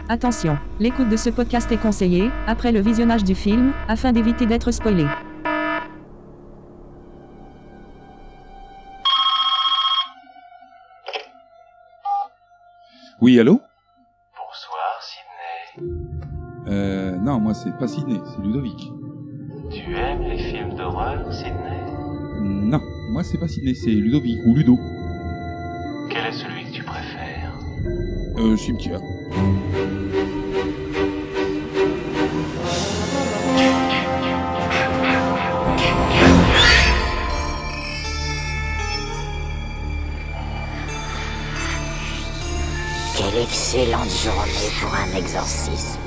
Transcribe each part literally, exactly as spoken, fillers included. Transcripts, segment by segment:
Attention, l'écoute de ce podcast est conseillée, après le visionnage du film, afin d'éviter d'être spoilé. Oui, allô? Bonsoir, Sydney. Euh, non, moi c'est pas Sydney, c'est Ludovic. Tu aimes les films d'horreur, Sydney? Non, moi c'est pas Sydney, c'est Ludovic ou Ludo. Quel est celui que tu préfères? Euh, cimetière. Quelle excellente journée pour un exorcisme.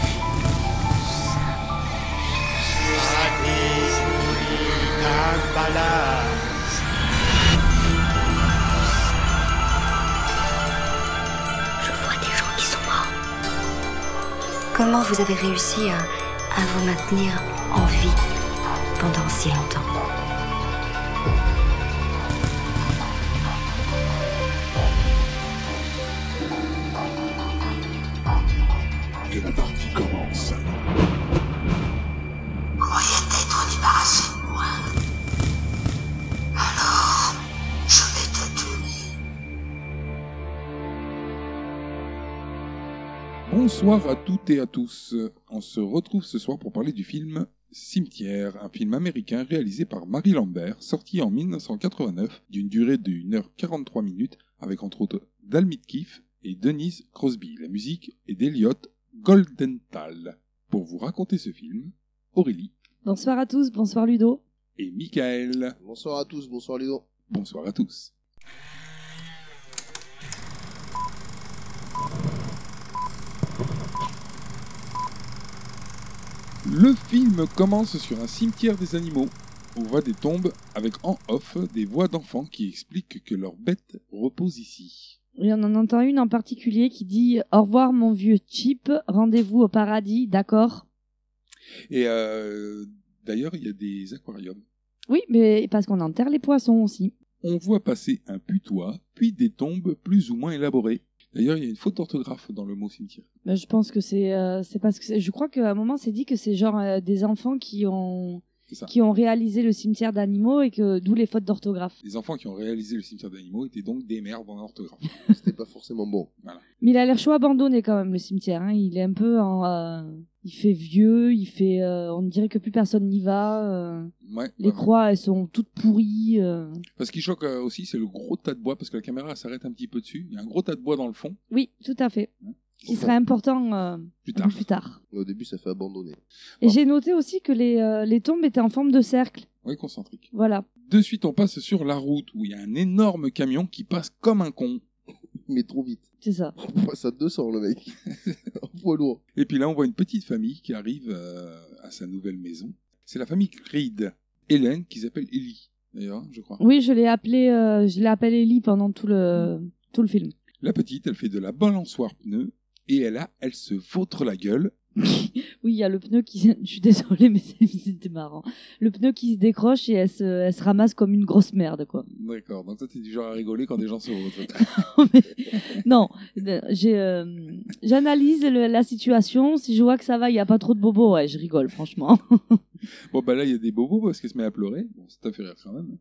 Je vois des gens qui sont morts. Comment vous avez réussi à, à vous maintenir en vie pendant si longtemps ? Et la partie commence. Croyez t'être débarrassé de moi. Alors, je vais te tuer. Bonsoir à toutes et à tous. On se retrouve ce soir pour parler du film Cimetière, un film américain réalisé par Mary Lambert, sorti en dix-neuf cent quatre-vingt-neuf, d'une durée de une heure quarante-trois minutes, avec entre autres Dalmit Keith et Denise Crosby. La musique est d'Elliott Goldenthal. Pour vous raconter ce film, Aurélie. Bonsoir à tous, bonsoir Ludo. Et Michael. Bonsoir à tous, bonsoir Ludo. Bonsoir à tous. Le film commence sur un cimetière des animaux. On voit des tombes avec en off des voix d'enfants qui expliquent que leurs bêtes reposent ici. Et on en entend une en particulier qui dit « Au revoir mon vieux Chip, rendez-vous au paradis, d'accord ?» Et euh, d'ailleurs, il y a des aquariums. Oui, mais parce qu'on enterre les poissons aussi. On voit passer un putois, puis des tombes plus ou moins élaborées. D'ailleurs, il y a une faute d'orthographe dans le mot cimetière. Ben, je pense que c'est, euh, c'est parce que c'est... je crois qu'à un moment c'est dit que c'est genre euh, des enfants qui ont qui ont réalisé le cimetière d'animaux et que d'où les fautes d'orthographe. Les enfants qui ont réalisé le cimetière d'animaux étaient donc des merdes en orthographe. C'était pas forcément bon. Voilà. Mais il a l'air chaud abandonné quand même le cimetière. Hein. Il est un peu en, euh, il fait vieux, il fait, euh, on dirait que plus personne n'y va. Euh... Ouais, les ouais, croix, ouais. Elles sont toutes pourries. Euh... Parce qu'il choque euh, aussi, c'est le gros tas de bois, parce que la caméra elle s'arrête un petit peu dessus. Il y a un gros tas de bois dans le fond. Oui, tout à fait. Hein Il serait important euh, plus, tard. plus tard. Au début, ça fait abandonner. Et bon. J'ai noté aussi que les, euh, les tombes étaient en forme de cercle. Oui, concentrique. Voilà. De suite, on passe sur la route, où il y a un énorme camion qui passe comme un con. Mais trop vite. C'est ça. On passe à deux cents, le mec. Un poids lourd. Et puis là, on voit une petite famille qui arrive euh, à sa nouvelle maison. C'est la famille Creed. Hélène, qui s'appelle Ellie, d'ailleurs, je crois. Oui, je l'ai appelée, euh, je l'ai appelée Ellie pendant tout le, mmh. tout le film. La petite, elle fait de la balançoire pneu, et elle a, elle se vautre la gueule. Oui, il y a le pneu qui... Je suis désolée, mais c'était marrant. Le pneu qui se décroche et elle se, elle se ramasse comme une grosse merde, quoi. D'accord, donc toi, t'es du genre à rigoler quand des gens se vautrent. mais... Non, j'ai, euh... j'analyse le, la situation. Si je vois que ça va, il n'y a pas trop de bobos, ouais, je rigole, franchement. Bon, bah là, il y a des bobos parce qu'elle se met à pleurer. Bon, ça t'a fait rire quand même.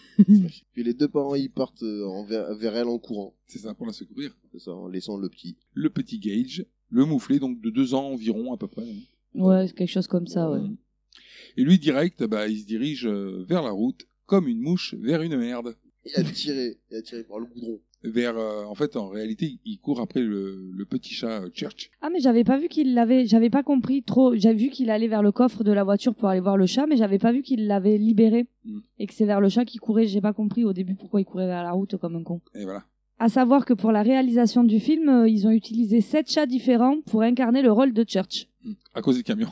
Puis les deux parents, ils partent en vers, vers elle en courant. C'est ça, pour la secourir. C'est ça, en laissant le petit. Le petit Gage, le mouflé, donc de deux ans environ, à peu près. Ouais, quelque chose comme ça, ouais. Et lui, direct, bah, il se dirige vers la route, comme une mouche vers une merde. Il a tiré, il a tiré par le goudron. Vers, euh, en fait, en réalité, il court après le, le petit chat euh, Church. Ah, mais j'avais pas vu qu'il l'avait, j'avais pas compris trop. J'avais vu qu'il allait vers le coffre de la voiture pour aller voir le chat, mais j'avais pas vu qu'il l'avait libéré. Mm. Et que c'est vers le chat qu'il courait. J'ai pas compris au début pourquoi il courait vers la route comme un con. Et voilà. À savoir que pour la réalisation du film, euh, ils ont utilisé sept chats différents pour incarner le rôle de Church. Mm. À cause du camion.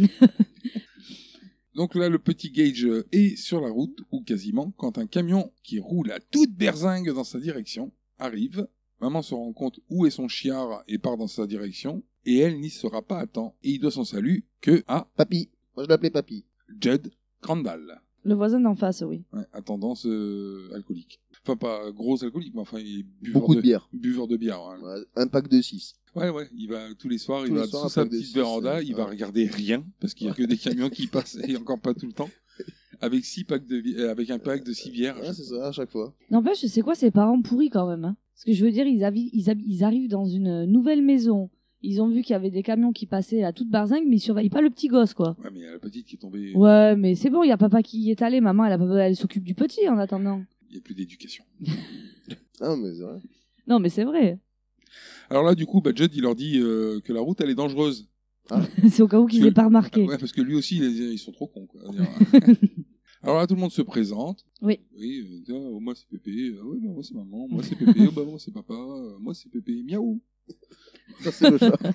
Donc là, le petit Gage est sur la route, ou quasiment, quand un camion qui roule à toute berzingue dans sa direction arrive. Maman se rend compte où est son chiard et part dans sa direction, et elle n'y sera pas à temps, et il doit son salut que à... Papy. Moi je l'appelais Papy. Judd Crandall. Le voisin d'en face, oui. Ouais, à tendance euh, alcoolique. Enfin, pas gros alcoolique, mais enfin, il est buveur Beaucoup de bière. Buveur de bière, ouais. Ouais, un pack de six. Ouais, ouais, il va tous les soirs, Tous il les va soirs, sous un sa pack de petite six, véranda, euh, il va ouais. regarder rien, parce qu'il y a que des camions qui passent, et encore pas tout le temps, avec six packs de, vi- euh, avec un pack de six bières. Ouais, c'est ça, à chaque fois. N'empêche, c'est quoi ces parents pourris quand même, hein. Parce que je veux dire, ils, avi- ils, habi- ils arrivent dans une nouvelle maison. Ils ont vu qu'il y avait des camions qui passaient à toute barzingue, mais ils surveillent pas le petit gosse, quoi. Ouais, mais il y a la petite qui est tombée. Ouais, mais c'est bon, il y a papa qui y est allé, maman, elle, a pas- elle s'occupe du petit en attendant. Il n'y a plus d'éducation. Ah, mais c'est vrai. Non, mais c'est vrai. Alors là, du coup, bah, Judd, il leur dit euh, que la route, elle est dangereuse. C'est au cas où qu'ils Parce aient que- pas remarqué. Ouais, parce que lui aussi, ils, ils sont trop cons, quoi. Alors là, tout le monde se présente. Oui. Oui, euh, tiens, oh, moi c'est Pépé, euh, ouais, bah, moi c'est maman, moi c'est Pépé, oh, bah, moi c'est papa, euh, moi c'est Pépé, miaou. Ça, c'est le chat.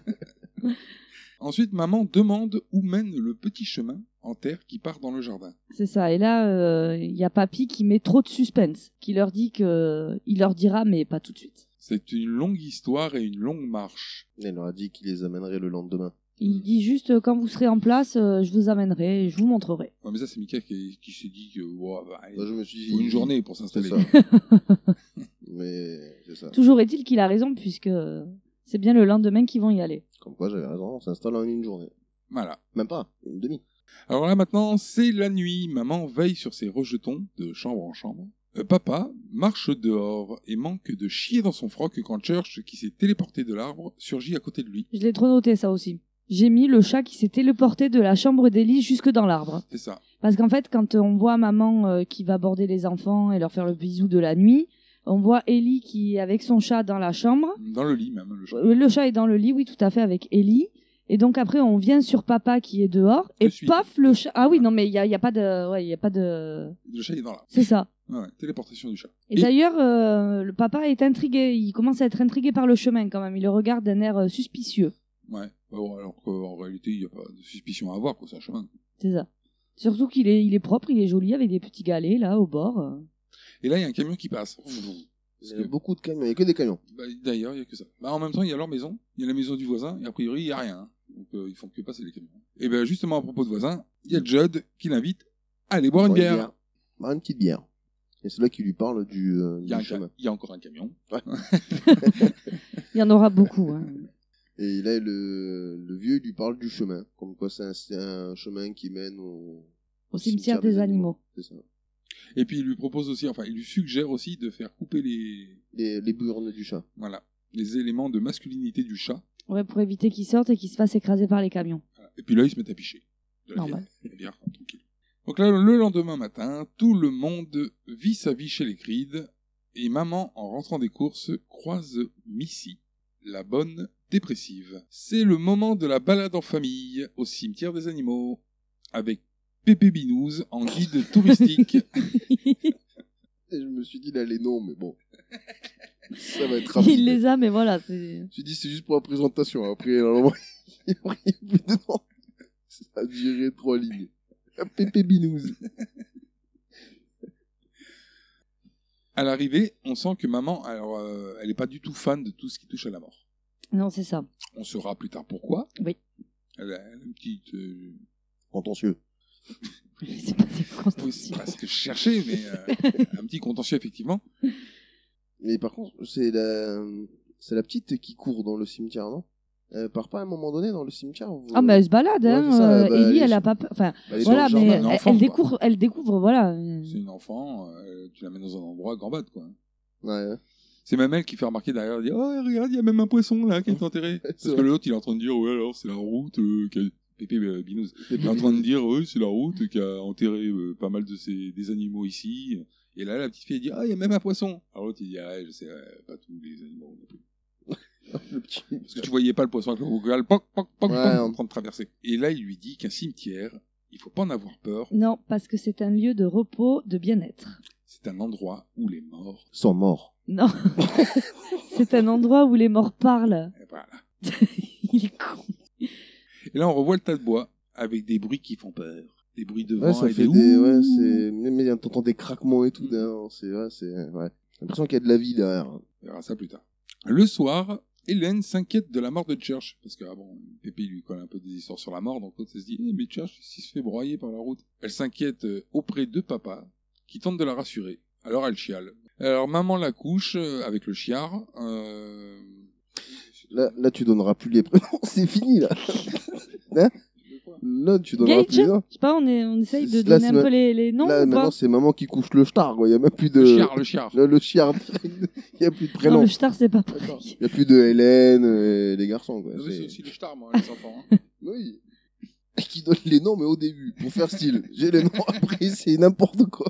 Ensuite, maman demande où mène le petit chemin en terre qui part dans le jardin. C'est ça. Et là, euh, il y a papy qui met trop de suspense, qui leur dit que il leur dira, mais pas tout de suite. C'est une longue histoire et une longue marche. Il leur a dit qu'il les amènerait le lendemain. Il dit juste, euh, quand vous serez en place, euh, je vous amènerai, je vous montrerai. Ouais, mais ça, c'est Mika qui, qui s'est dit que wow, bah, Bah, je me suis il dit, faut une journée pour c'est s'installer. ça. Mais c'est ça. Toujours est-il qu'il a raison, puisque c'est bien le lendemain qu'ils vont y aller. Comme quoi, j'avais raison, on s'installe en une journée. Voilà. Même pas, une demi. Alors là, maintenant, c'est la nuit. Maman veille sur ses rejetons de chambre en chambre. Euh, papa marche dehors et manque de chier dans son froc quand Church, qui s'est téléporté de l'arbre, surgit à côté de lui. Je l'ai trop noté, ça aussi. J'ai mis le chat qui s'est téléporté de la chambre d'Ellie jusque dans l'arbre. C'est ça. Parce qu'en fait, quand on voit maman euh, qui va border les enfants et leur faire le bisou de la nuit, on voit Ellie qui est avec son chat dans la chambre. Dans le lit, même, le chat. Euh, Le chat est dans le lit, oui, tout à fait, avec Ellie. Et donc après, on vient sur papa qui est dehors. Je Et suis. paf, le chat... Ah oui, non, mais il n'y a, il y a pas de... Ouais, il y a pas de... Le chat est dans l'arbre. C'est ça. Ouais, ouais, téléportation du chat. Et, d'ailleurs, euh, le papa est intrigué. Il commence à être intrigué par le chemin quand même. Il le regarde d'un air euh, suspicieux. Ouais. Bon, alors qu'en réalité, il n'y a pas de suspicion à avoir, quoi, c'est un chemin. C'est ça. Surtout qu'il est, il est propre, il est joli, avec des petits galets là au bord. Et là, il y a un camion qui passe. Il y a beaucoup de camions, il n'y a que des camions. Bah, d'ailleurs, il n'y a que ça. Bah, en même temps, il y a leur maison, il y a la maison du voisin, et a priori, il n'y a rien. hein. Donc, euh, ils font que passer les camions. Et bien, justement, à propos de voisin, il y a Judd qui l'invite à aller boire une Boire bière. Boire une petite bière. Et c'est là qu'il lui parle du, euh, Il y, a du un chemin. ca- il y a encore un camion. Ouais. Il y en aura beaucoup. Hein. Et là, le, le vieux il lui parle du chemin. Comme quoi, c'est un, c'est un chemin qui mène au, Au cimetière des animaux. C'est ça. Et puis, il lui propose aussi, enfin, il lui suggère aussi de faire couper les, Les, les burnes du chat. voilà, les éléments de masculinité du chat. Ouais, pour éviter qu'il sorte et qu'il se fasse écraser par les camions. Voilà. Et puis là, ils se mettent à picher. De la Normal. bière. La bière, tranquille. Donc là, le lendemain matin, tout le monde vit sa vie chez les Creed, et maman, en rentrant des courses, croise Missy, la bonne dépressive. C'est le moment de la balade en famille au cimetière des animaux, avec Pépé Binouze en guide touristique. Et je me suis dit, là, les noms, mais bon. Ça va être rapide. Il les a, mais voilà. C'est... Je me suis dit, c'est juste pour la présentation. Après, normalement, il n'y a rien plus dedans. Ça a duré trois lignes. Pépé Binouze. À l'arrivée, on sent que maman, alors, euh, elle n'est pas du tout fan de tout ce qui touche à la mort. Non, c'est ça. On saura plus tard pourquoi. Oui. Elle a, elle a une petite... euh, Contentieux. C'est pas des Oui, c'est pas ce que je cherchais, mais euh, un petit contentieux, effectivement. Mais par contre, c'est la, c'est la petite qui court dans le cimetière, non? Elle part pas à un moment donné dans le cimetière vous... Ah, mais elle se balade, Ouais, hein. c'est ça, euh, bah, Ellie, elle elle est- a pas peur. Enfin, Elle est voilà, dans le mais jardin. un elle, enfant, elle quoi. découvre, elle découvre, voilà. C'est une enfant, euh, tu la mets dans un endroit gambade, quoi. Ouais, ouais. C'est même elle qui fait remarquer derrière, elle dit « Oh, regarde, il y a même un poisson, là, qui est enterré. » Parce C'est que vrai. l'autre, il est en train de dire « Ouais, alors, c'est la route euh, qui a... » Pépé euh, Binouze. Il est en train de dire « Ouais, c'est la route qui a enterré euh, pas mal de ces... des animaux ici. » Et là, la petite fille, elle dit « Ah, il y a même un poisson. » Alors l'autre, il dit « Ah, ouais, je sais, euh, pas tous les animaux non plus. » Le petit... Parce que tu voyais pas le poisson avec le vocal, poc, poc, poc, Ouais, poc, on- en train de traverser. Et là, il lui dit qu'un cimetière, il faut pas en avoir peur. Non, parce que c'est un lieu de repos, de bien-être. C'est un endroit où les morts... Sont morts. Non. C'est un endroit où les morts parlent. Et voilà. Il est con. Et là, on revoit le tas de bois avec des bruits qui font peur. Des bruits de vent Ouais, ça et fait des... des, ouh. ouais, c'est, mais t'entends des craquements et tout derrière. C'est, ouais, c'est, ouais. J'ai l'impression qu'il y a de la vie derrière. On verra ça plus tard. Le soir, Hélène s'inquiète de la mort de Church. Parce que, ah bon, Pépé lui colle un peu des histoires sur la mort, donc l'autre elle se dit, eh, mais Church, s'il se fait broyer par la route. Elle s'inquiète euh, auprès de papa, qui tente de la rassurer. Alors elle chiale. Alors, maman la couche euh, avec le chiard. Euh... Là, là, tu donneras plus les prénoms. C'est fini, là. Hein là, tu donneras Gage, plus les noms. je sais pas, on, est, on essaye de Là, donner c'est un ma- peu les, les noms Là, ou maintenant, pas? c'est maman qui couche le star, quoi. Il y a même plus de... Le chiard, le chiard. Le, le chiard. Il y a plus de prénoms. Non, le star, c'est pas pareil. Il y a plus de Hélène, euh, les garçons, quoi. Ah oui, C'est- c'est aussi le star, moi, les enfants. hein. Oui. Qui donne les noms, mais au début, pour faire style. J'ai les noms, après, c'est n'importe quoi.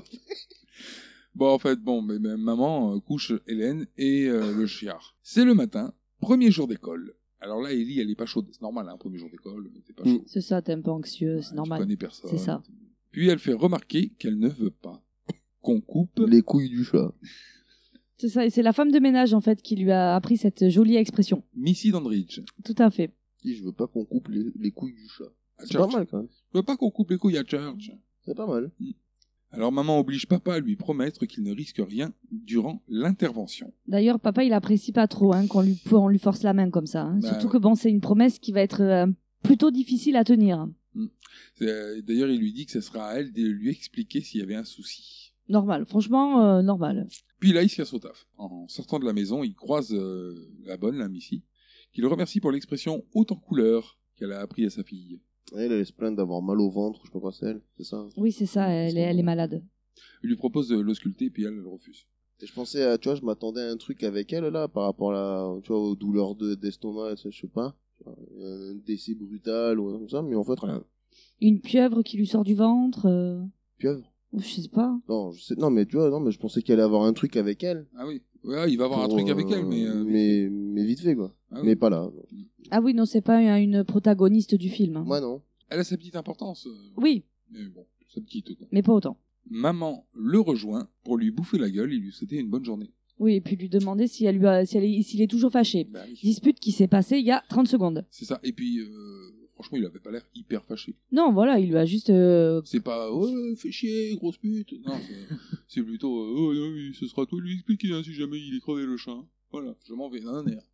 Bon, en fait, bon, mais, mais maman euh, couche Hélène et euh, le chiard. C'est le matin, premier jour d'école. Alors là, Ellie, elle est pas chaude. C'est normal, hein, premier jour d'école, t'es pas chaud. C'est ça, t'es un peu anxieux, c'est Tu normal. connais personne. C'est ça. Puis elle fait remarquer qu'elle ne veut pas qu'on coupe Les couilles du chat. C'est ça, et c'est la femme de ménage, en fait, qui lui a appris cette jolie expression. Missy Dandridge. Tout à fait. Si je veux pas qu'on coupe les, les couilles du chat. À C'est Church. pas mal, quand même. Je veux pas qu'on coupe les couilles à Church. C'est pas mal. Alors maman oblige papa à lui promettre qu'il ne risque rien durant l'intervention. D'ailleurs, papa, il apprécie pas trop hein, qu'on lui, on lui force la main comme ça. hein. Bah, Surtout ouais. que bon, c'est une promesse qui va être euh, plutôt difficile à tenir. C'est- euh, D'ailleurs, il lui dit que ce sera à elle de lui expliquer s'il y avait un souci. Normal, franchement, euh, normal. Puis là, il se casse au taf. En sortant de la maison, il croise euh, la bonne, la Missy, qui le remercie pour l'expression haute en couleur qu'elle a appris à sa fille. Elle, elle se plaint d'avoir mal au ventre, je sais pas quoi c'est elle, c'est ça. Oui, c'est ça, elle est, elle est malade. Il lui propose de l'ausculter, puis elle, elle refuse. Et je pensais à, tu vois, je m'attendais à un truc avec elle, là, par rapport à la, tu vois, aux douleurs de, d'estomac, et ça, je sais pas. Tu vois, un décès brutal ou un truc comme ça, mais en fait, rien. Une pieuvre qui lui sort du ventre, euh... Pieuvre. je sais pas. Non, je sais, non, mais tu vois, non, mais je pensais qu'elle allait avoir un truc avec elle. Ah oui, ouais, il va avoir un Pour, truc avec elle, mais... euh, mais, mais vite fait, quoi. ah oui. Mais pas là. Ah oui, non, c'est pas une protagoniste du film. hein. Moi, non. Elle a sa petite importance. euh, Oui, Mais bon, sa petite, quoi. mais pas autant. Maman le rejoint pour lui bouffer la gueule et lui souhaiter une bonne journée. Oui, et puis lui demander si elle lui a, si elle est, s'il est toujours fâché. Bah oui. Dispute qui s'est passée il y a trente secondes. C'est ça. Et puis, euh, franchement, il avait pas l'air hyper fâché. Non, voilà, il lui a juste... euh, C'est pas, ouais, fais chier, grosse pute. Non, c'est- c'est plutôt, euh, oh non, oui, ce sera à toi de lui expliquer hein, si jamais il est crevé le chat. hein. Voilà, je m'en vais, d'un air.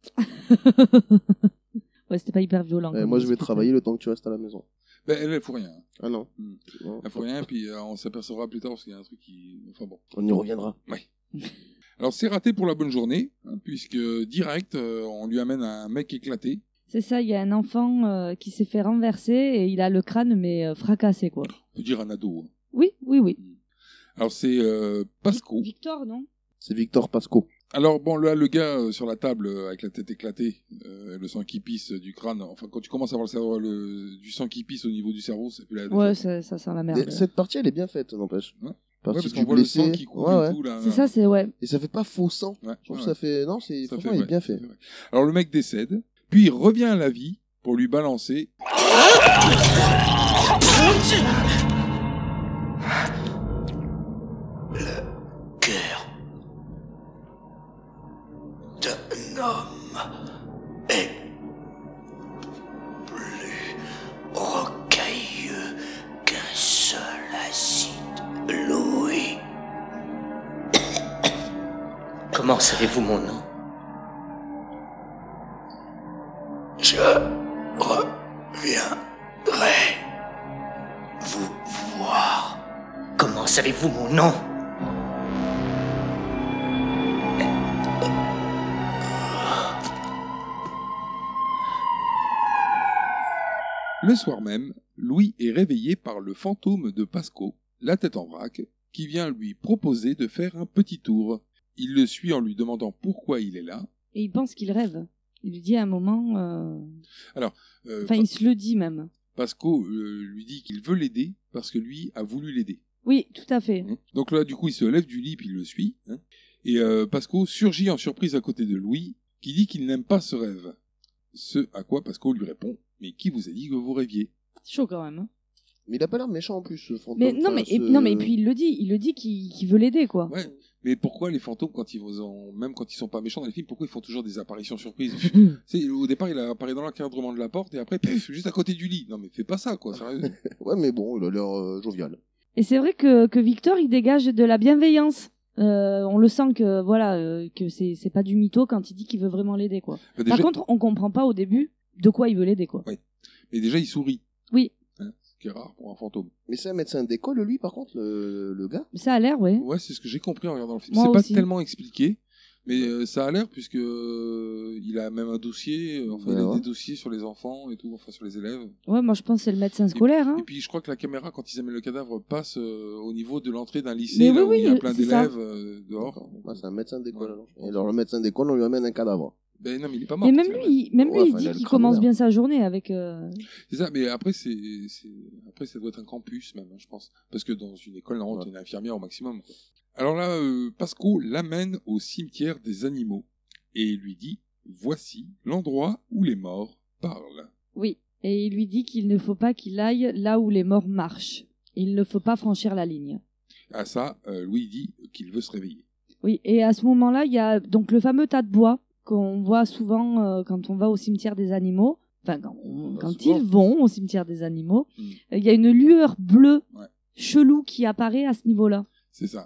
ouais, c'était pas hyper violent. Euh, comme moi, je vais dispute. travailler le temps que tu restes à la maison. Ben, elle, elle fout rien. hein. Ah non. Hmm. Non. Elle fout rien, puis euh, on s'apercevra plus tard parce qu'il y a un truc qui. Enfin bon. On y reviendra. Alors, c'est raté pour la bonne journée, hein, puisque direct, euh, on lui amène un mec éclaté. C'est ça, il y a un enfant euh, qui s'est fait renverser et il a le crâne mais euh, fracassé quoi. On peut dire un ado. hein. Oui, oui, oui. Alors, c'est euh, Pasco. Victor, non? C'est Victor Pasco. Alors bon, là, le gars euh, sur la table euh, avec la tête éclatée, euh, le sang qui pisse euh, du crâne. Enfin, quand tu commences à voir le cerveau, le, du sang qui pisse au niveau du cerveau, ça fait la. Ouais, ça, ça sent la merde. Mais cette partie, elle est bien faite, n'empêche. Ouais. Partie Ouais, parce du qu'on voit le blessé. sang qui coule Ouais, et ouais. tout là. C'est ça, c'est ouais. Et ça fait pas faux sang. Ouais, Je trouve ouais, que ça fait, non, c'est, ça franchement, fait, il est ouais, bien ça fait. ouais. Alors le mec décède, puis il revient à la vie pour lui balancer. Le cœur d'un homme est plus rocailleux qu'un seul acide Louis. Comment savez-vous mon nom? Je reviendrai vous voir. Comment savez-vous mon nom? Le soir même, Louis est réveillé par le fantôme de Pasco, la tête en vrac, qui vient lui proposer de faire un petit tour. Il le suit en lui demandant pourquoi il est là. Et il pense qu'il rêve. Il lui dit à un moment. euh, Alors, euh, Enfin, il se le dit même. Pasco euh, lui dit qu'il veut l'aider parce que lui a voulu l'aider. Oui, tout à fait. Hein. Donc là, du coup, il se lève du lit puis il le suit. hein. Et euh, Pasco surgit en surprise à côté de Louis, qui dit qu'il n'aime pas ce rêve. Ce à quoi Pasco lui répond « Mais qui vous a dit que vous rêviez ?» C'est chaud quand même. hein. Mais il a pas l'air méchant en plus, ce fantôme. Mais non, Enfin, mais, ce- et, non, mais puis il le dit. Il le dit qu'il qu'il veut l'aider, quoi. Ouais, mais pourquoi les fantômes, quand ils vont, même quand ils sont pas méchants dans les films, pourquoi ils font toujours des apparitions surprises? Tu sais, au départ, il apparaît dans l'encadrement de la porte et après, pif, juste à côté du lit. Non, mais fais pas ça, quoi, sérieux. Ouais, mais bon, il a l'air euh, jovial. Et c'est vrai que, que Victor, il dégage de la bienveillance. Euh, on le sent que voilà euh, que c'est c'est pas du mytho quand il dit qu'il veut vraiment l'aider, quoi. Bah, déjà, Par contre, on comprend pas au début de quoi il veut l'aider, quoi. Ouais. mais déjà, il sourit. Oui. Hein, qui est rare pour un fantôme. Mais c'est un médecin d'école, lui, par contre, le, le gars. Ça a l'air, ouais. Ouais, c'est ce que j'ai compris en regardant le film. Moi c'est aussi. pas tellement expliqué, mais euh, ça a l'air puisque euh, il a même un dossier, euh, enfin Ouais, il a ouais. des dossiers sur les enfants et tout, enfin sur les élèves. Ouais, moi je pense que c'est le médecin scolaire. Hein. Et puis je crois que la caméra, quand ils amènent le cadavre, passe euh, au niveau de l'entrée d'un lycée, Mais là oui, où oui, il y a plein c'est ça. d'élèves euh, dehors. Ah, c'est un médecin d'école, Ouais. alors. Et alors, le médecin d'école, on lui amène un cadavre. Ben non, mais il est pas mort. Et même c'est lui, vrai. il- même Ouais, lui, il enfin, il dit a le qu'il crâne commence ouvert. bien sa journée avec. euh, C'est ça, mais après, c'est, c'est... après, ça doit être un campus même, hein, je pense. Parce que dans une école, normalement, Ouais. t'es une infirmière au maximum. Quoi. Alors là, euh, Pasco l'amène au cimetière des animaux et lui dit « Voici l'endroit où les morts parlent. Oui. Et il lui dit qu'il ne faut pas qu'il aille là où les morts marchent. Il ne faut pas franchir la ligne. » À ça, euh, Louis dit qu'il veut se réveiller. Oui. Et à ce moment-là, il y a donc le fameux tas de bois qu'on voit souvent euh, quand on va au cimetière des animaux. Enfin, quand, Bah, quand souvent. ils vont au cimetière des animaux, Mm. euh, il y a une lueur bleue Ouais. chelou qui apparaît à ce niveau-là. C'est ça.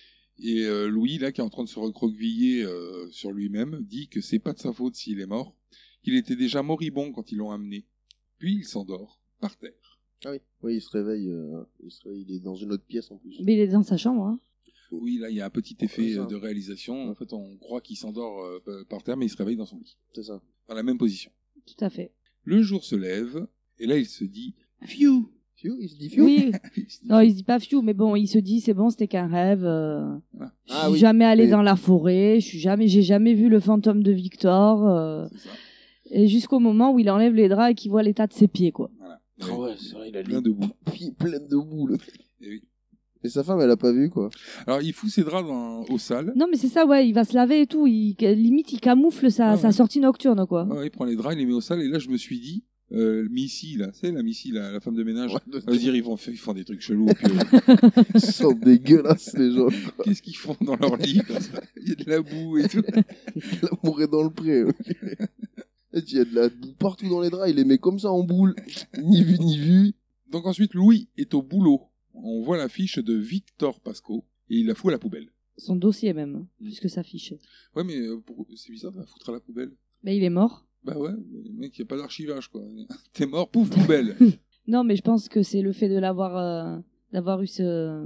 Et euh, Louis, là, qui est en train de se recroqueviller euh, sur lui-même, dit que c'est pas de sa faute s'il est mort, qu'il était déjà moribond quand ils l'ont amené. Puis il s'endort, par terre. Ah oui. Oui, il se réveille, euh, il se réveille, il est dans une autre pièce, en plus. Mais il est dans sa chambre. Hein. Oui, là, il y a un petit Ouais, effet ça. euh, de réalisation. En fait, on croit qu'il s'endort euh, par terre, mais il se réveille dans son lit, C'est ça. dans la même position. Tout à fait. Le jour se lève, et là, il se dit « Phew !» Fiu, il se dit Fiu. Oui. Il se dit, Non, il se dit pas fiou, mais bon, il se dit c'est bon, c'était qu'un rêve. Euh... Voilà. Je Ah suis oui, jamais allé mais- dans la forêt. Je suis jamais, j'ai jamais vu le fantôme de Victor. euh, C'est ça. Et jusqu'au moment où il enlève les draps et qu'il voit l'état de ses pieds, quoi. Voilà. Ah ouais, c'est vrai, il a Plein les de boue. pieds pleins de boue, le mec. Et oui. Et sa femme, elle a pas vu, quoi. Alors, il fout ses draps dans, au sale. Non, mais c'est ça, ouais, il va se laver et tout. Il, limite, il camoufle sa, Ah ouais. sa sortie nocturne, quoi. Ouais, il prend les draps, il les met au sale, et là, je me suis dit, euh, Missy, là, c'est la Missy, la, la femme de ménage. Ouais, de- Ça veut dire, ils, vont faire- ils font des trucs chelous. Puis, euh, Ils sont dégueulasses, les gens. quoi. qu'est-ce qu'ils font dans leur lit comme ça. Il y a de la boue et tout. L'amour est dans le pré. ouais. Et il y a de la boue partout dans les draps, il les met comme ça en boule. Ni vu, ni vu. Donc ensuite, Louis est au boulot. On voit l'affiche de Victor Pasco, et il la fout à la poubelle. Son dossier, même, plus que sa fiche. Ouais, mais euh, pour- c'est bizarre de la foutre à la poubelle. Mais il est mort. Bah ouais, mais mec, il n'y a pas d'archivage, quoi. T'es mort, pouf, poubelle. Non, mais je pense que c'est le fait de l'avoir, euh, d'avoir eu ce,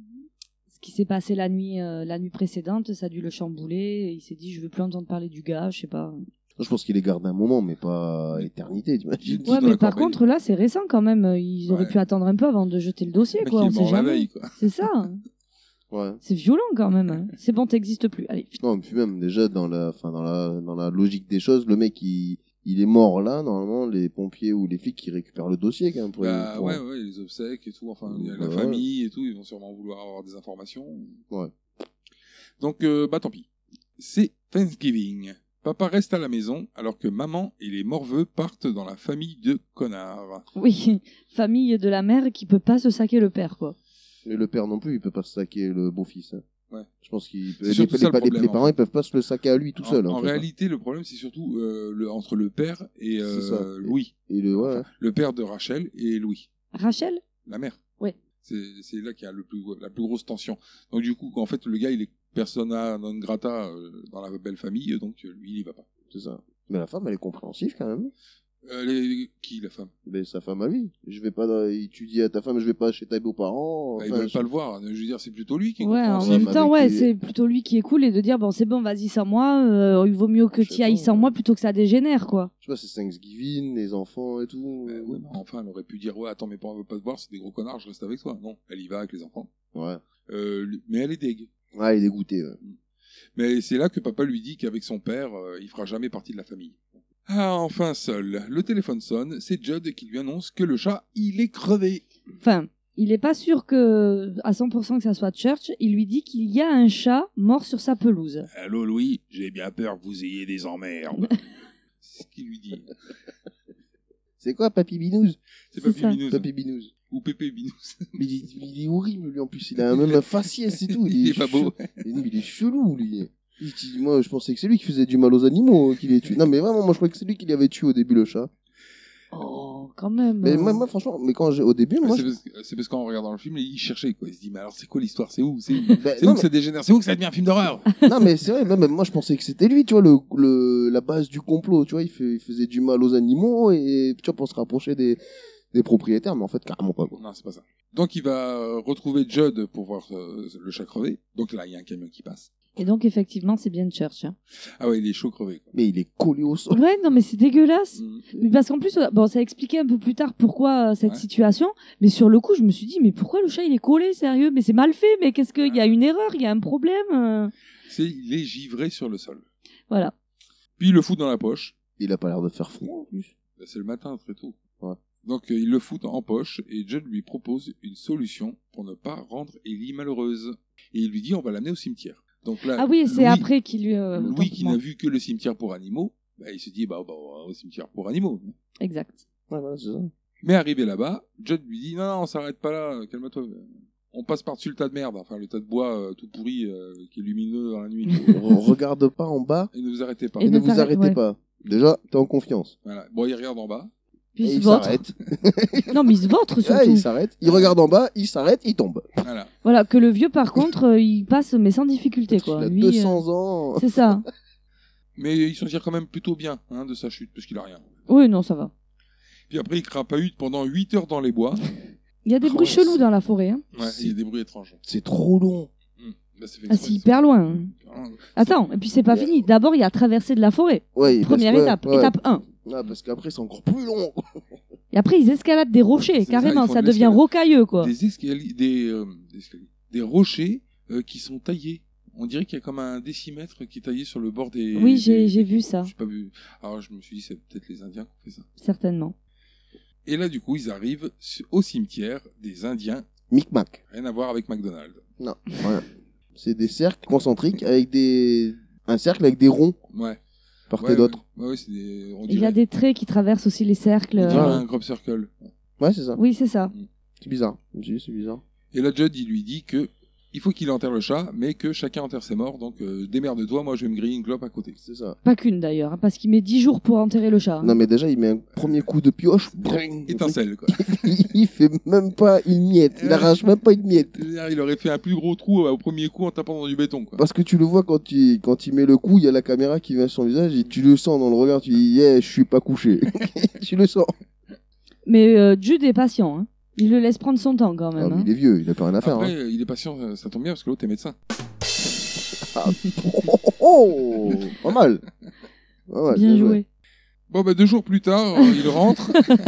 ce qui s'est passé la nuit, euh, la nuit précédente, ça a dû le chambouler. Et il s'est dit, je veux plus entendre parler du gars, je sais pas. Je pense qu'il les garde un moment, mais pas éternité, t'imagines. Tous Ouais, dans mais la par corbeille. contre, là, c'est récent quand même. Ils auraient Ouais. pu attendre un peu avant de jeter le dossier, Le mec, quoi. il On est sait mort la jamais. veille, quoi. C'est ça. Ouais. C'est violent quand même. hein. C'est bon, t'existes plus. Allez. Non, mais puis même, déjà, dans la, enfin, dans la, dans la logique des choses, le mec, il, il est mort là, normalement, les pompiers ou les flics qui récupèrent le dossier, quand même, pour, Bah pour- ouais, ouais, les obsèques et tout, enfin, il y a la Ouais. famille et tout, ils vont sûrement vouloir avoir des informations. Ouais. Donc, euh, bah tant pis. C'est Thanksgiving. Papa reste à la maison alors que maman et les morveux partent dans la famille de connards. Oui, famille de la mère qui peut pas se saquer le père, quoi. Mais le père non plus, il peut pas se saquer le beau-fils. hein. Ouais. Je pense qu'il peut... C'est les, surtout les- ça le les- problème, les en parents, fait. ils peuvent pas se le saquer à lui tout En, seul. en en fait, hein. réalité, le problème, c'est surtout euh, le, entre le père et euh, C'est ça. Louis. Et le, ouais. Enfin, le père de Rachel et Louis, Rachel la mère. Ouais. C'est c'est là qu'il y a le plus, la plus grosse tension. Donc du coup, en fait, le gars, il est persona non grata euh, dans la belle famille, donc euh, lui, il y va pas. C'est ça. Mais la femme, elle est compréhensive quand même. Euh, les- qui, la femme Mais sa femme à lui. Je vais pas, dans- tu dis à ta femme, je vais pas chez tes beaux-parents. Bah, Ils Enfin, veulent je- pas le voir. Je veux dire, c'est plutôt lui qui est Ouais, en compréhensif. même temps, avec ouais, les- c'est plutôt lui qui est cool et de dire, bon, c'est bon, vas-y sans moi, euh, il vaut mieux que Je sais tu ailles pas, sans ouais. moi plutôt que ça dégénère, quoi. Je sais pas, c'est Thanksgiving, les enfants et tout. Euh, ouais, mais enfin, elle aurait pu dire, ouais, attends, mes parents veulent pas te voir, c'est des gros connards, je reste avec toi. Non, elle y va avec les enfants. Ouais. Euh, lui- mais elle est deg. Ouais, il est dégoûté. Ouais. Mais c'est là que papa lui dit qu'avec son père, euh, il fera jamais partie de la famille. Ah, enfin seul. Le téléphone sonne, c'est Judd qui lui annonce que le chat, il est crevé. Enfin, il est pas sûr que, à cent pour cent que ça soit Church, il lui dit qu'il y a un chat mort sur sa pelouse. Allô Louis, j'ai bien peur que vous ayez des emmerdes. C'est ce qu'il lui dit. C'est quoi, Papy Binouze? C'est C'est Papy ça. Binous. Papy Binouze. Ou Pépé Binous. Mais il, il est horrible, lui, en plus. Il a même un faciès et tout. Il est pas beau. Il, il est chelou, lui. Il dit, moi, je pensais que c'est lui qui faisait du mal aux animaux, hein, qui les tue. Non, mais vraiment, moi, je croyais que c'est lui qui l'avait tué au début, le chat. Oh, quand même. Mais euh. moi, moi, franchement, mais quand j'ai, au début, moi, C'est je... parce, que- c'est parce qu'en regardant le film, il cherchait, quoi. Il se dit, mais alors c'est quoi l'histoire? C'est où? C'est Ben, c'est non, où que ça dégénère? C'est où que ça devient un film d'horreur? non, mais c'est vrai, même, même moi, je pensais que c'était lui, tu vois, le, le, la base du complot, tu vois, il, fait, il faisait du mal aux animaux et, tu vois, pour se rapprocher des, des propriétaires, mais en fait, carrément pas, quoi. Non, c'est pas ça. Donc, il va euh, retrouver Judd pour voir euh, le chat crever. Donc là, il y a un camion qui passe. Et donc, effectivement, c'est bien Church. Hein. Ah ouais, il est chaud crevé. Quoi. Mais il est collé au sol. Ouais, non, mais c'est dégueulasse. Mmh. Mais parce qu'en plus, bon, ça a expliqué un peu plus tard pourquoi euh, cette Ouais. situation. Mais sur le coup, je me suis dit, mais pourquoi le chat, il est collé, sérieux? Mais c'est mal fait, mais qu'est-ce qu'il y a une erreur, il y a un problème euh. C'est, il est givré sur le sol. Voilà. Puis il le fout dans la poche. Il a pas l'air de faire froid, en plus. Bah, c'est le matin, très tôt. Ouais. Donc, euh, il le fout en poche et Judd lui propose une solution pour ne pas rendre Ellie malheureuse. Et il lui dit, on va l'amener au cimetière. Donc là, Ah oui, c'est Louis- après qu'il lui... Euh, Louis, qui autant n'a pour moi. vu que le cimetière pour animaux, bah, il se dit, bah, bah, on va au cimetière pour animaux. Exact. Ouais, voilà, c'est ça. Mais arrivé là-bas, Judd lui dit, non, non, on s'arrête pas là, calme-toi. On passe par-dessus le tas de merde, enfin le tas de bois euh, tout pourri euh, qui est lumineux dans la nuit. On regarde pas en bas Et ne vous arrêtez pas. et, Et ne ne vous t'arrête- arrêtez ouais. pas. Déjà, t'es en confiance. Voilà. Bon, il regarde en bas. Puis Et il se il vautre. s'arrête. Non, mais il se vautre surtout. Ouais, il s'arrête. Il regarde en bas, il s'arrête, il tombe. Voilà. Voilà, que le vieux, par contre, euh, il passe, mais sans difficulté, quoi. Il a Lui, deux euh, cents ans. C'est ça. Mais il s'en tire quand même plutôt bien hein, de sa chute, parce qu'il a rien. Oui, non, ça va. Puis après, il crapahute pendant huit heures dans les bois. Il y a des Oh, bruits c'est- chelous dans la forêt. Hein. Ouais, il y a des bruits étranges. C'est trop long. Hum. Bah, c'est fait Ah, exprès, c'est ça. hyper loin. Ah, Attends, et puis c'est pas Ouais. fini. D'abord, il y a traversé de la forêt. Ouais, Première parce- ouais, étape. ouais. Étape un. Ah, parce qu'après, c'est encore plus long. Et après, ils escaladent des rochers, C'est ça, carrément. ils font Ça, de devient l'escalade. rocailleux, quoi. Des escaliers, des, euh, des, escaliers. Des rochers euh, qui sont taillés. On dirait qu'il y a comme un décimètre qui est taillé sur le bord des. Oui, j'ai des- j'ai vu ça, J'ai pas vu. Alors je me suis dit, c'est peut-être les Indiens qui ont fait ça. certainement. Et là, du coup, ils arrivent su- au cimetière des Indiens. Micmac. Rien à voir avec McDonald's. Non, rien. C'est des cercles concentriques avec des. Un cercle avec des ronds, Ouais. part Ouais, et d'autre. Ouais, ouais, c'est des. On Il y dirait, a des traits qui traversent aussi les cercles. on dirait euh, un crop circle. Ouais, c'est ça. Oui, c'est ça. C'est bizarre. Je me suis dit, c'est bizarre. Et là, Judd, il lui dit que il faut qu'il enterre le chat, mais que chacun enterre ses morts. Donc, euh, démerde-toi, moi, je vais me griller une clope à côté. C'est ça. Pas qu'une d'ailleurs, hein, parce qu'il met dix jours pour enterrer le chat. hein. Non, mais déjà, il met un premier coup de pioche. bring. Étincelle, quoi. il, il fait même pas une miette. Il arrache même pas une miette. C'est-à-dire, il aurait fait un plus gros trou euh, au premier coup en tapant dans du béton, quoi. Parce que tu le vois quand il, quand il met le coup, il y a la caméra qui vient sur son visage et tu le sens dans le regard. Tu dis, yeah, je suis pas couché. Tu le sens. Mais euh, Jude est patient. Hein. Il le laisse prendre son temps quand Ah, même. mais hein. il est vieux, il a plus rien à faire. Après, hein. euh, il est patient, euh, ça tombe bien, parce que l'autre est médecin. Ah, oh, oh, oh, pas mal. Pas mal, Bien joué. Bon, bah, deux jours plus tard, euh, il rentre.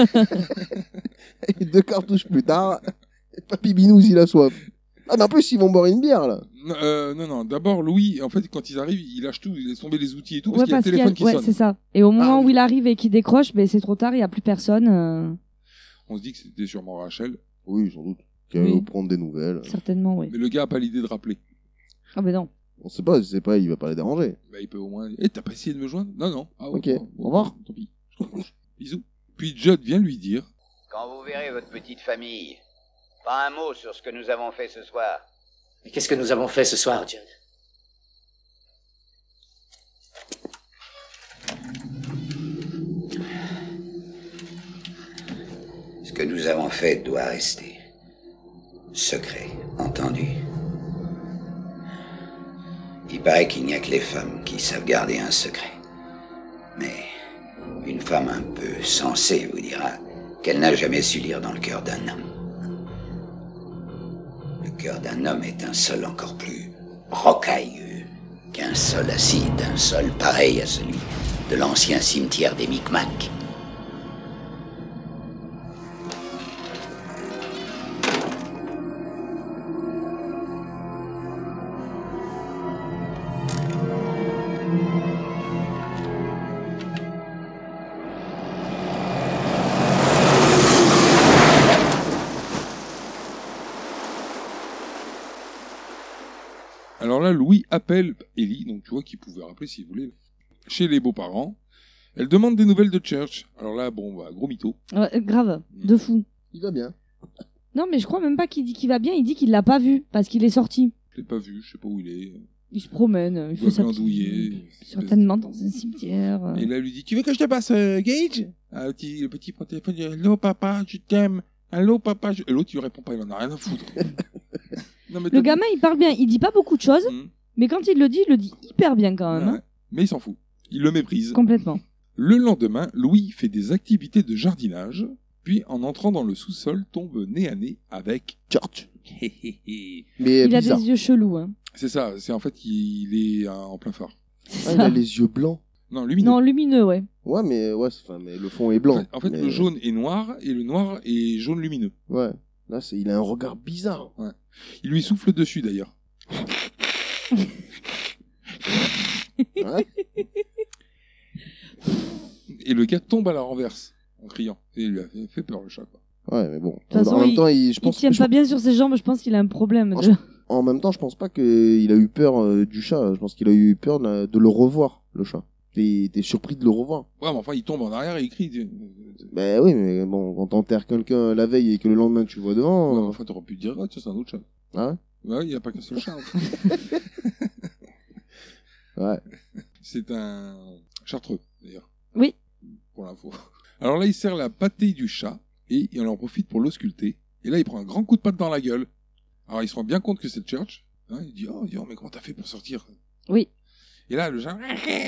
Et deux cartouches plus tard, Papy Binous, il a soif. Ah, mais en plus, ils vont boire une bière, là. Non, euh, non, non. D'abord, Louis, en fait, quand ils arrivent, il lâche tout, il laisse tomber les outils et tout, parce Ouais, qu'il y a le parce qu'il y a- téléphone qui ouais, sonne. c'est ça. Et au moment Ah, où oui. il arrive et qu'il décroche, ben, c'est trop tard, il n'y a plus personne. euh, On se dit que c'était sûrement Rachel. Oui, sans doute. Qui va Oui. prendre des nouvelles. Certainement, oui. Mais le gars a pas l'idée de rappeler. Ah ben non. On sait pas, je sais pas, il va pas les déranger. Bah, il peut au moins. Eh, t'as pas essayé de me joindre? Non, non. Ah, ouais, Ok, bon, au revoir. Tant pis. Bisous. Puis Judd vient lui dire. Quand vous verrez votre petite famille, pas un mot sur ce que nous avons fait ce soir. Mais qu'est-ce que nous avons fait ce soir, Judd? Ce que nous avons fait doit rester secret, entendu? Il paraît qu'il n'y a que les femmes qui savent garder un secret. Mais une femme un peu sensée vous dira qu'elle n'a jamais su lire dans le cœur d'un homme. Le cœur d'un homme est un sol encore plus rocailleux qu'un sol acide, un sol pareil à celui de l'ancien cimetière des Micmacs. Alors là, Louis appelle Ellie, donc tu vois qu'il pouvait rappeler s'il voulait, chez les beaux-parents. Elle demande des nouvelles de Church. Alors là, bon, bah, gros mytho. Ouais, euh, grave, de fou. Il va bien. Non, mais je crois même pas qu'il dit qu'il va bien, il dit qu'il l'a pas vu, parce qu'il est sorti. Je l'ai pas vu, je sais pas où il est. Il se promène, il Il fait doit sa petite... glandouiller. Certainement dans un cimetière. Et là, elle lui dit, tu veux que je te passe euh, Gage ah, le, petit, le petit prend le téléphone, il dit, allô papa, je t'aime. Allô papa, je... Et l'autre, il lui répond pas, il en a rien à foutre. Non, mais Le gamin, il parle bien, il dit pas beaucoup de choses, Mmh. mais quand il le dit, il le dit hyper bien quand même. Ouais. hein. Mais il s'en fout. Il le méprise. Complètement. Le lendemain, Louis fait des activités de jardinage. Puis, en entrant dans le sous-sol, tombe nez à nez avec George. Mais il a bizarre. des yeux chelous. Hein. C'est ça, c'est en fait il est euh, en plein phare. Ah, il a les yeux blancs. Non, lumineux. Non, lumineux, ouais. Ouais, mais, ouais, c'est- enfin, mais le fond est blanc. En fait, en fait, mais- le jaune est noir et le noir est jaune lumineux. Ouais. Là, c'est... il a un regard bizarre. Ouais. Il lui souffle dessus d'ailleurs. Ouais. Et le gars tombe à la renverse en criant. Et il lui a fait, fait peur le chat. Quoi. Ouais, mais bon. De toute façon, en même il, temps, il, je il pense, tient je- pas bien sur ses jambes, je pense qu'il a un problème. en, De... en même temps, je pense pas qu'il a eu peur euh, du chat. Je pense qu'il a eu peur de, la- de le revoir, le chat. T'es, t'es surpris de le revoir. Ouais, mais enfin, il tombe en arrière et il crie. Ben oui, mais bon, quand t'enterres quelqu'un la veille et que le lendemain tu vois devant. Ouais, mais enfin, t'aurais pu te dire, oh, tiens, c'est un autre chat. Ah ouais? Ouais, il n'y a pas qu'un seul chat. En fait. Ouais. C'est un chartreux, d'ailleurs. Oui. Pour l'info. Alors là, il serre la pâtée du chat et il en profite pour l'ausculter. Et là, il prend un grand coup de patte dans la gueule. Alors, il se rend bien compte que c'est Church. Hein, il dit, oh, oh, mais comment t'as fait pour sortir? Oui. Et là, le chat...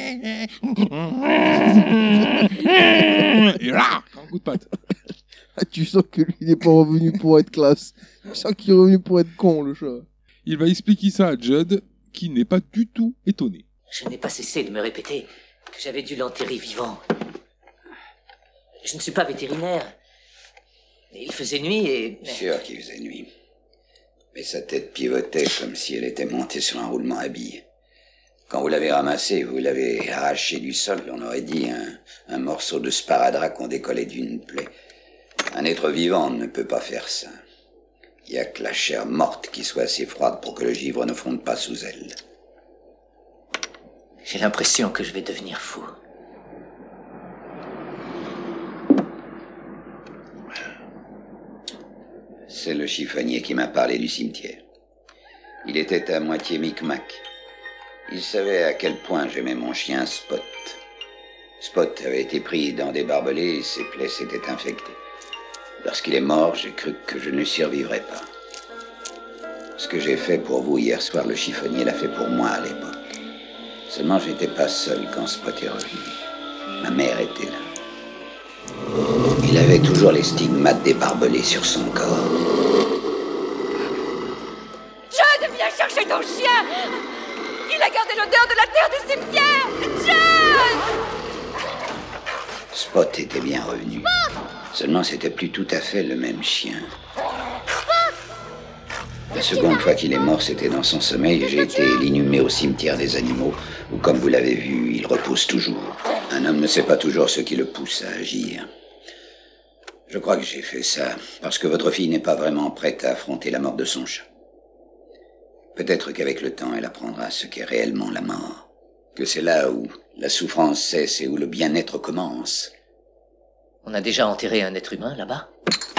Et là, grand coup de patte. Ah, tu sens que lui, il est pas revenu pour être classe. Tu sens qu'il est revenu pour être con, le chat. Il va expliquer ça à Judd, qui n'est pas du tout étonné. Je n'ai pas cessé de me répéter que j'avais dû l'enterrer vivant. Je ne suis pas vétérinaire. Il faisait nuit et... Sûr qu'il faisait nuit. Mais sa tête pivotait comme si elle était montée sur un roulement à billes. Quand vous l'avez ramassé, vous l'avez arraché du sol, on aurait dit un, un morceau de sparadrap qu'on décollait d'une plaie. Un être vivant ne peut pas faire ça. Il n'y a que la chair morte qui soit assez froide pour que le givre ne fonde pas sous elle. J'ai l'impression que je vais devenir fou. C'est le chiffonnier qui m'a parlé du cimetière. Il était à moitié micmac. Il savait à quel point j'aimais mon chien Spot. Spot avait été pris dans des barbelés et ses plaies s'étaient infectées. Lorsqu'il est mort, j'ai cru que je ne survivrais pas. Ce que j'ai fait pour vous hier soir, le chiffonnier l'a fait pour moi à l'époque. Seulement, j'étais pas seul quand Spot est revenu. Ma mère était là. Il avait toujours les stigmates des barbelés sur son corps. Judd, viens chercher ton chien! Il a gardé l'odeur de la terre du cimetière! Judd! Spot était bien revenu. Seulement, c'était plus tout à fait le même chien. La seconde fois qu'il est mort, c'était dans son sommeil et j'ai été l'inhumé au cimetière des animaux, où, comme vous l'avez vu, il repose toujours. Un homme ne sait pas toujours ce qui le pousse à agir. Je crois que j'ai fait ça parce que votre fille n'est pas vraiment prête à affronter la mort de son chat. Peut-être qu'avec le temps, elle apprendra ce qu'est réellement la mort. Que c'est là où la souffrance cesse et où le bien-être commence. On a déjà enterré un être humain là-bas?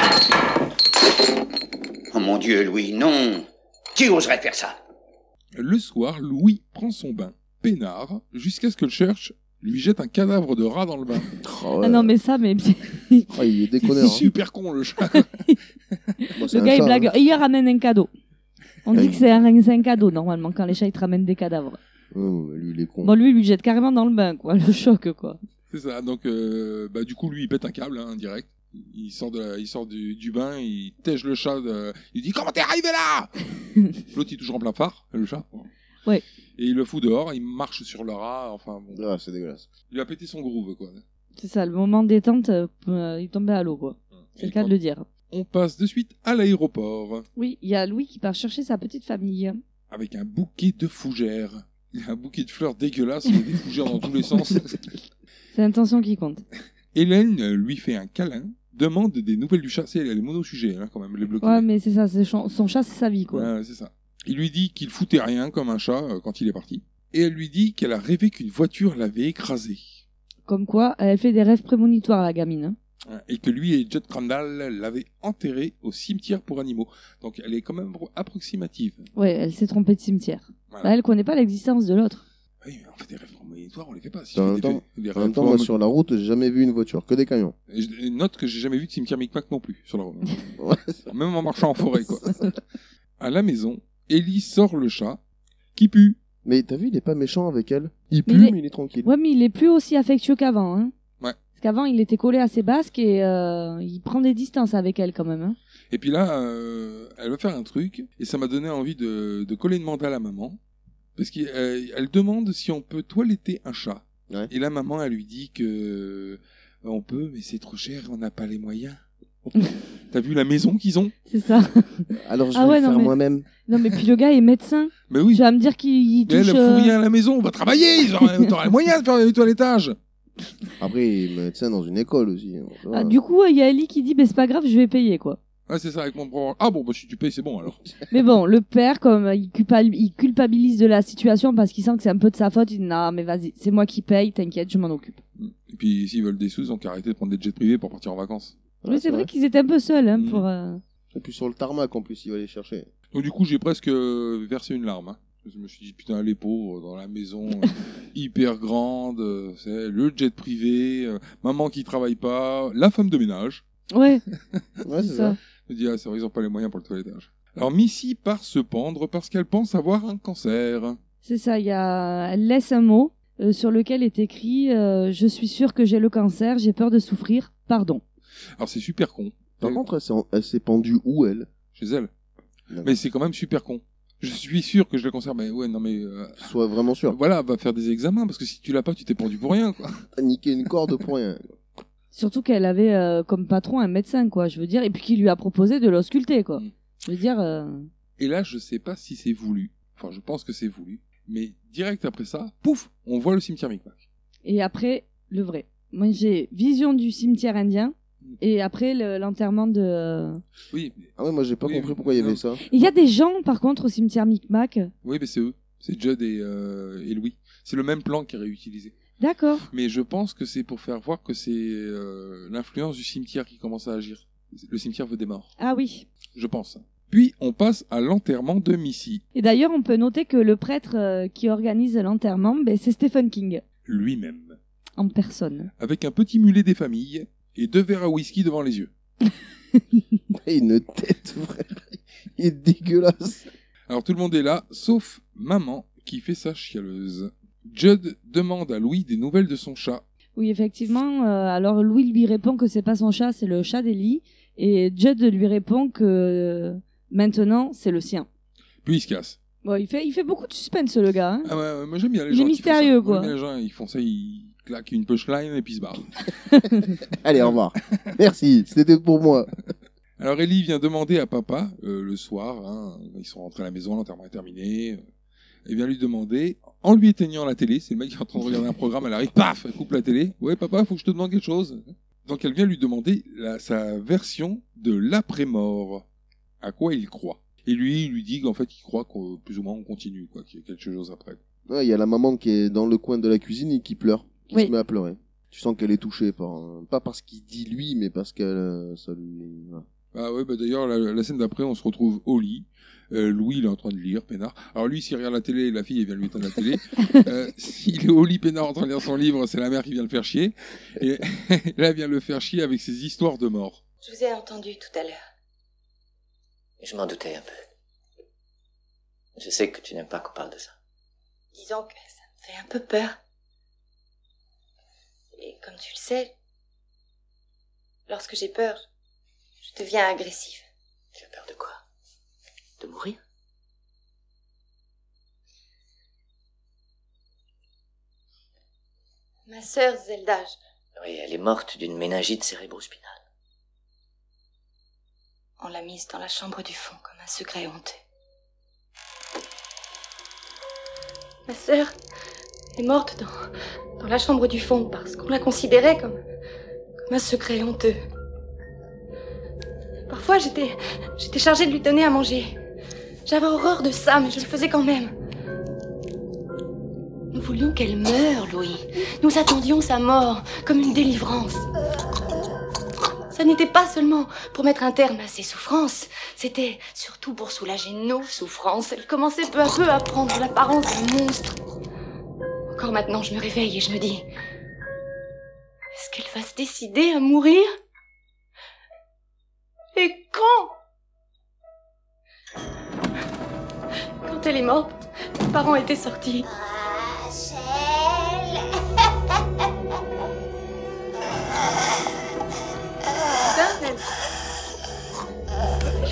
Oh mon Dieu, Louis, non! Qui oserait faire ça? Le soir, Louis prend son bain, peinard, jusqu'à ce que le Church lui jette un cadavre de rat dans le bain. Oh, ouais. Ah non, mais ça, mais. Oh, il est déconneur. Hein. Super con, le chat. Bon, c'est Le un gars, il chat, blague. hein. Et il ramène un cadeau. On Ah, dit il- que c'est un, c'est un cadeau, normalement, quand les chats, ils te ramènent des cadavres. Oh, mais lui, il est con. Bon, lui, il lui jette carrément dans le bain, quoi. Le choc, quoi. C'est ça, donc euh, bah, du coup, lui, il pète un câble, hein, direct. Il sort, de la- il sort du, du bain, il tège le chat, de- il dit « Comment t'es arrivé là ?» L'autre, il est toujours en plein phare, le chat. Ouais. Et il le fout dehors, il marche sur le rat, enfin bon. Ah, c'est dégueulasse. Il a pété son groove, quoi. C'est ça, le moment de détente, euh, il tombait à l'eau, quoi. C'est le cas de le dire. On passe de suite à l'aéroport, Oui, il y a Louis qui part chercher sa petite famille. avec un bouquet de fougères. Il a un bouquet de fleurs dégueulasses, il y a des fougères dans tous les sens. C'est l'intention qui compte. Hélène euh, lui fait un câlin, demande des nouvelles du chat. C'est elle est mono-sujet, hein, quand même, les bloqués. Ouais, mais c'est ça, c'est son, son chat, c'est sa vie, quoi. Ouais, c'est ça. Il lui dit qu'il foutait rien comme un chat euh, quand il est parti. Et elle lui dit qu'elle a rêvé qu'une voiture l'avait écrasé. Comme quoi, elle fait des rêves prémonitoires, la gamine. Hein. Hein, et que lui et Judd Crandall l'avaient enterré au cimetière pour animaux. Donc elle est quand même approximative. Ouais, elle s'est trompée de cimetière. Voilà. Bah, elle connaît pas l'existence de l'autre. Oui, mais on fait des rêves prémonitoires, on les fait pas. Si En tu même fais des temps, faits- des en rêves même temps, moi, prémoni- sur la route, j'ai jamais vu une voiture, que des camions. Et je et note que j'ai jamais vu de cimetière Micmac non plus sur la route. Ouais. Même en marchant en forêt, quoi. À la maison, Ellie sort le chat, qui pue. Mais t'as vu, il est pas méchant avec elle. Il Mais pue, il est- mais il est tranquille. Ouais, mais il est plus aussi affectueux qu'avant. Hein. Ouais. Parce qu'avant, il était collé à ses basques et euh, il prend des distances avec elle quand même. Hein. Et puis là, euh, elle va faire un truc, et ça m'a donné envie de, de coller une mandale à maman, parce qu'elle elle demande si on peut toiletter un chat. Ouais. Et là, maman, elle lui dit que on peut, mais c'est trop cher, on n'a pas les moyens. T'as vu la maison qu'ils ont? C'est ça. Alors je ah vais ouais, le non, faire mais... moi-même. Non mais puis le gars est médecin. Mais oui. Tu vas me dire qu'il touche... Mais elle ne fout rien à la maison, on va travailler, ils auraient, t'auras les moyens de faire le toilettage. Après, il est médecin dans une école aussi. Hein, ah, du coup, il y a Ellie qui dit, bah, c'est pas grave, je vais payer, quoi. Ah, c'est ça, avec mon pro. Ah bon, bah si tu payes, c'est bon alors. Mais bon, le père, comme il, culpa- il culpabilise de la situation parce qu'il sent que c'est un peu de sa faute, il dit, non, mais vas-y, c'est moi qui paye, t'inquiète, je m'en occupe. Et puis, s'ils veulent des sous, ils ont qu'à arrêter de prendre des jets privés pour partir en vacances. Oui, ouais, c'est vrai, vrai qu'ils étaient un peu seuls, hein, mmh. pour... Euh... Et puis sur le tarmac, en plus, il va les chercher. Donc du coup, j'ai presque versé une larme. Hein. Je me suis dit, putain, les pauvres, dans la maison euh, hyper grande, euh, c'est le jet privé, euh, maman qui travaille pas, la femme de ménage. Ouais, ouais c'est ça. Je me dis, ah, c'est vrai, ils ont pas les moyens pour le toilettage. Alors Missy part se pendre parce qu'elle pense avoir un cancer. C'est ça, il y a... elle laisse un mot euh, sur lequel est écrit euh, « Je suis sûre que j'ai le cancer, j'ai peur de souffrir, pardon ». Alors c'est super con. Par elle... contre, elle s'est, elle s'est pendue où, elle? Chez elle. D'accord. Mais c'est quand même super con. Je suis sûr que je le conserve, mais ouais, non mais... Euh... Sois vraiment sûr. Voilà, va faire des examens, parce que si tu l'as pas, tu t'es pendu pour rien, quoi. T'as niqué une corde pour rien. Surtout qu'elle avait euh, comme patron un médecin, quoi, je veux dire, et puis qui lui a proposé de l'ausculter, quoi. Mm. Je veux dire... Euh... Et là, je sais pas si c'est voulu. Enfin, je pense que c'est voulu. Mais direct après ça, pouf, on voit le cimetière Micmac. Et après, le vrai. Moi, j'ai vision du cimetière indien, et après le, l'enterrement de... Oui. Ah ouais, moi j'ai pas oui, compris pourquoi il y avait ça. Il y a des gens, par contre, au cimetière Micmac. Oui, mais c'est eux. C'est Judd et, euh, et Louis. C'est le même plan qui est réutilisé. D'accord. Mais je pense que c'est pour faire voir que c'est euh, l'influence du cimetière qui commence à agir. Le cimetière veut des morts. Ah oui. Je pense. Puis on passe à l'enterrement de Missy. Et d'ailleurs, on peut noter que le prêtre euh, qui organise l'enterrement, ben, c'est Stephen King. Lui-même. En personne. Avec un petit mulet des familles et deux verres à whisky devant les yeux. Une tête, vraiment. Il est dégueulasse. Alors tout le monde est là, sauf maman qui fait sa chialeuse. Judd demande à Louis des nouvelles de son chat. Oui, effectivement. Euh, alors Louis lui répond que c'est pas son chat, c'est le chat d'Ellie. Et Judd lui répond que euh, maintenant c'est le sien. Puis il se casse. Bon, il fait, il fait beaucoup de suspense, le gars. Hein. Ah ouais, ouais, moi j'aime bien les il gens. Il est mystérieux, quoi. Les gens, ils font ça, ils claquent une punchline et puis ils se barrent. Allez, au revoir. Merci, c'était pour moi. Alors Ellie vient demander à papa euh, le soir, hein, ils sont rentrés à la maison, l'enterrement est terminé. Euh, elle vient lui demander, en lui éteignant la télé, c'est le mec qui est en train de regarder un programme, elle arrive, paf, elle coupe la télé. Ouais, papa, faut que je te demande quelque chose. Donc elle vient lui demander la, sa version de l'après-mort, à quoi il croit. Et lui, il lui dit qu'en fait, il croit que plus ou moins on continue, quoi, qu'il y a quelque chose après. Ouais, il y a la maman qui est dans le coin de la cuisine et qui pleure, qui oui. se met à pleurer. Tu sens qu'elle est touchée par, pas parce qu'il dit lui, mais parce qu'elle, ça lui. Ouais. Ah ouais, bah d'ailleurs, la, la scène d'après, on se retrouve au lit. Euh, Louis, il est en train de lire, peinard. Alors lui, s'il regarde la télé, la fille, elle vient lui éteindre la télé. euh, s'il est au lit, peinard, en train de lire son livre, c'est la mère qui vient le faire chier. Et là, elle vient le faire chier avec ses histoires de mort. Je vous ai entendu tout à l'heure. Je m'en doutais un peu. Je sais que tu n'aimes pas qu'on parle de ça. Disons que ça me fait un peu peur. Et comme tu le sais, lorsque j'ai peur, je deviens agressive. Tu as peur de quoi? De mourir? Ma sœur Zelda. Je... Oui, elle est morte d'une méningite cérébrospinale. On l'a mise dans la chambre du fond comme un secret honteux. Ma sœur est morte dans, dans la chambre du fond parce qu'on la considérait comme, comme un secret honteux. Parfois, j'étais, j'étais chargée de lui donner à manger. J'avais horreur de ça, mais je le faisais quand même. Nous voulions qu'elle meure, Louis. Nous attendions sa mort comme une délivrance. Ça n'était pas seulement pour mettre un terme à ses souffrances, c'était surtout pour soulager nos souffrances. Elle commençait peu à peu à prendre l'apparence d'un monstre. Encore maintenant, je me réveille et je me dis... Est-ce qu'elle va se décider à mourir ? Et quand ? Quand elle est morte, mes parents étaient sortis. Rachel.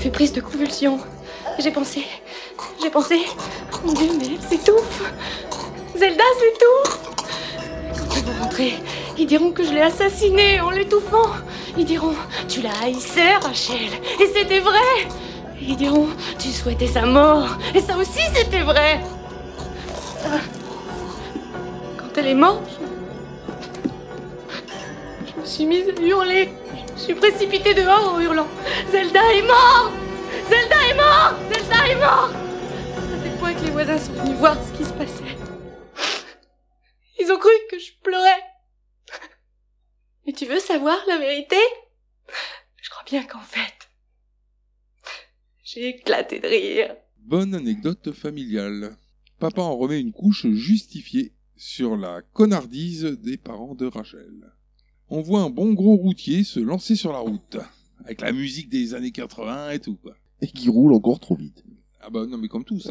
fut prise de convulsions. J'ai pensé, j'ai pensé, mon Dieu, mais elle s'étouffe. Zelda s'étouffe. Quand ils vont rentrer, ils diront que je l'ai assassinée en l'étouffant. Ils diront, tu la haïssais, Rachel, et c'était vrai. Ils diront, tu souhaitais sa mort, et ça aussi c'était vrai. Euh, Quand elle est morte, je, je me suis mise à hurler. Je suis précipitée dehors en hurlant, Zelda est morte. Zelda est morte. Zelda est morte. À tel point que les voisins sont venus voir ce qui se passait. Ils ont cru que je pleurais. Mais tu veux savoir la vérité? Je crois bien qu'en fait, j'ai éclaté de rire. Bonne anecdote familiale. Papa en remet une couche justifiée sur la connardise des parents de Rachel. On voit un bon gros routier se lancer sur la route, avec la musique des années quatre-vingts et tout, quoi. Et qui roule encore trop vite. Ah bah non, mais comme tout, ça.